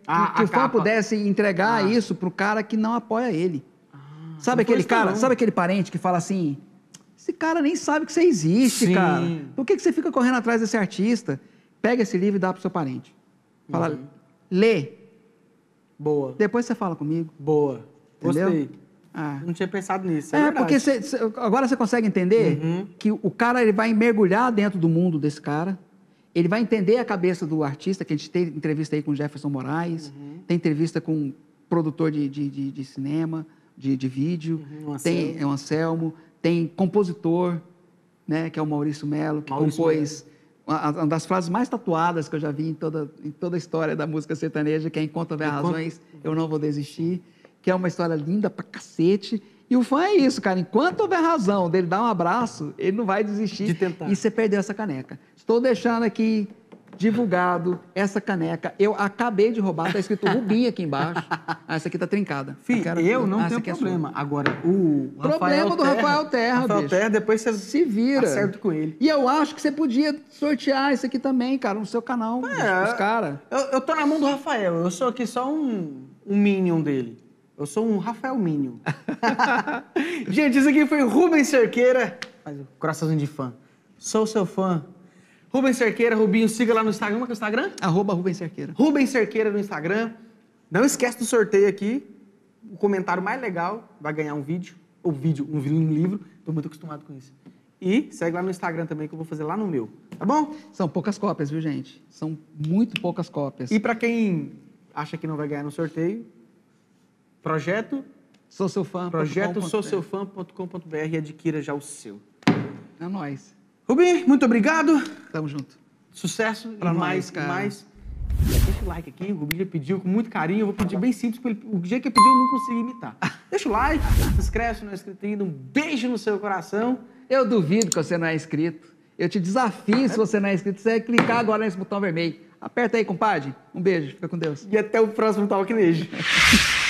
que o fã pudesse entregar isso pro cara que não apoia ele. Sabe aquele cara, sabe aquele parente que fala assim, esse cara nem sabe que você existe, Sim. cara. Por que você fica correndo atrás desse artista? Pega esse livro e dá pro seu parente. Fala, lê. Boa. Depois você fala comigo. Boa. Entendeu? Gostei. Ah. Não tinha pensado nisso. É porque agora você consegue entender que o cara ele vai mergulhar dentro do mundo desse cara, ele vai entender a cabeça do artista, que a gente tem entrevista aí com o Jefferson Moraes, tem entrevista com um produtor de cinema, de vídeo, tem o Anselmo, tem compositor, né, que é o Maurício Melo, que compôs uma das frases mais tatuadas que eu já vi em toda a história da música sertaneja, que é Enquanto Houver Razões, Eu Não Vou Desistir, que é uma história linda pra cacete. E o fã é isso, cara. Enquanto houver razão dele dar um abraço, ele não vai desistir de tentar. E você perdeu essa caneca. Estou deixando aqui divulgado essa caneca. Eu acabei de roubar, tá escrito Rubinho aqui embaixo. Essa aqui tá trincada. Filho, eu não tenho problema. Agora, o problema do Rafael Terra, Rafael Terra, depois você se vira. Acerta com ele. E eu acho que você podia sortear isso aqui também, cara, no seu canal, os caras. Eu tô na mão do Rafael. Eu sou aqui só um minion dele. Eu sou um Rafael Minion. Gente, isso aqui foi Rubens Cerqueira. Faz o coraçãozinho de fã. Sou seu fã. Rubens Cerqueira, Rubinho, siga lá no Instagram. Como é que é o Instagram? @Rubens Cerqueira. Rubens Cerqueira no Instagram. Não esquece do sorteio aqui. O comentário mais legal vai ganhar um vídeo. Ou um livro. Tô muito acostumado com isso. E segue lá no Instagram também, que eu vou fazer lá no meu. Tá bom? São poucas cópias, viu, gente? São muito poucas cópias. E pra quem acha que não vai ganhar no sorteio, Projeto souseufã.com.br e adquira já o seu. É nóis. Rubinho, muito obrigado. Tamo junto. Sucesso pra e mais, cara. mais. Deixa o like aqui, o Rubinho já pediu com muito carinho. Eu vou pedir bem simples, porque o jeito que ele pediu eu não consegui imitar. Deixa o like, se inscreve se não é inscrito ainda. Um beijo no seu coração. Eu duvido que você não é inscrito. Eu te desafio, se você não é inscrito, você vai clicar agora nesse botão vermelho. Aperta aí, compadre. Um beijo, fica com Deus. E até o próximo Talk Nejo.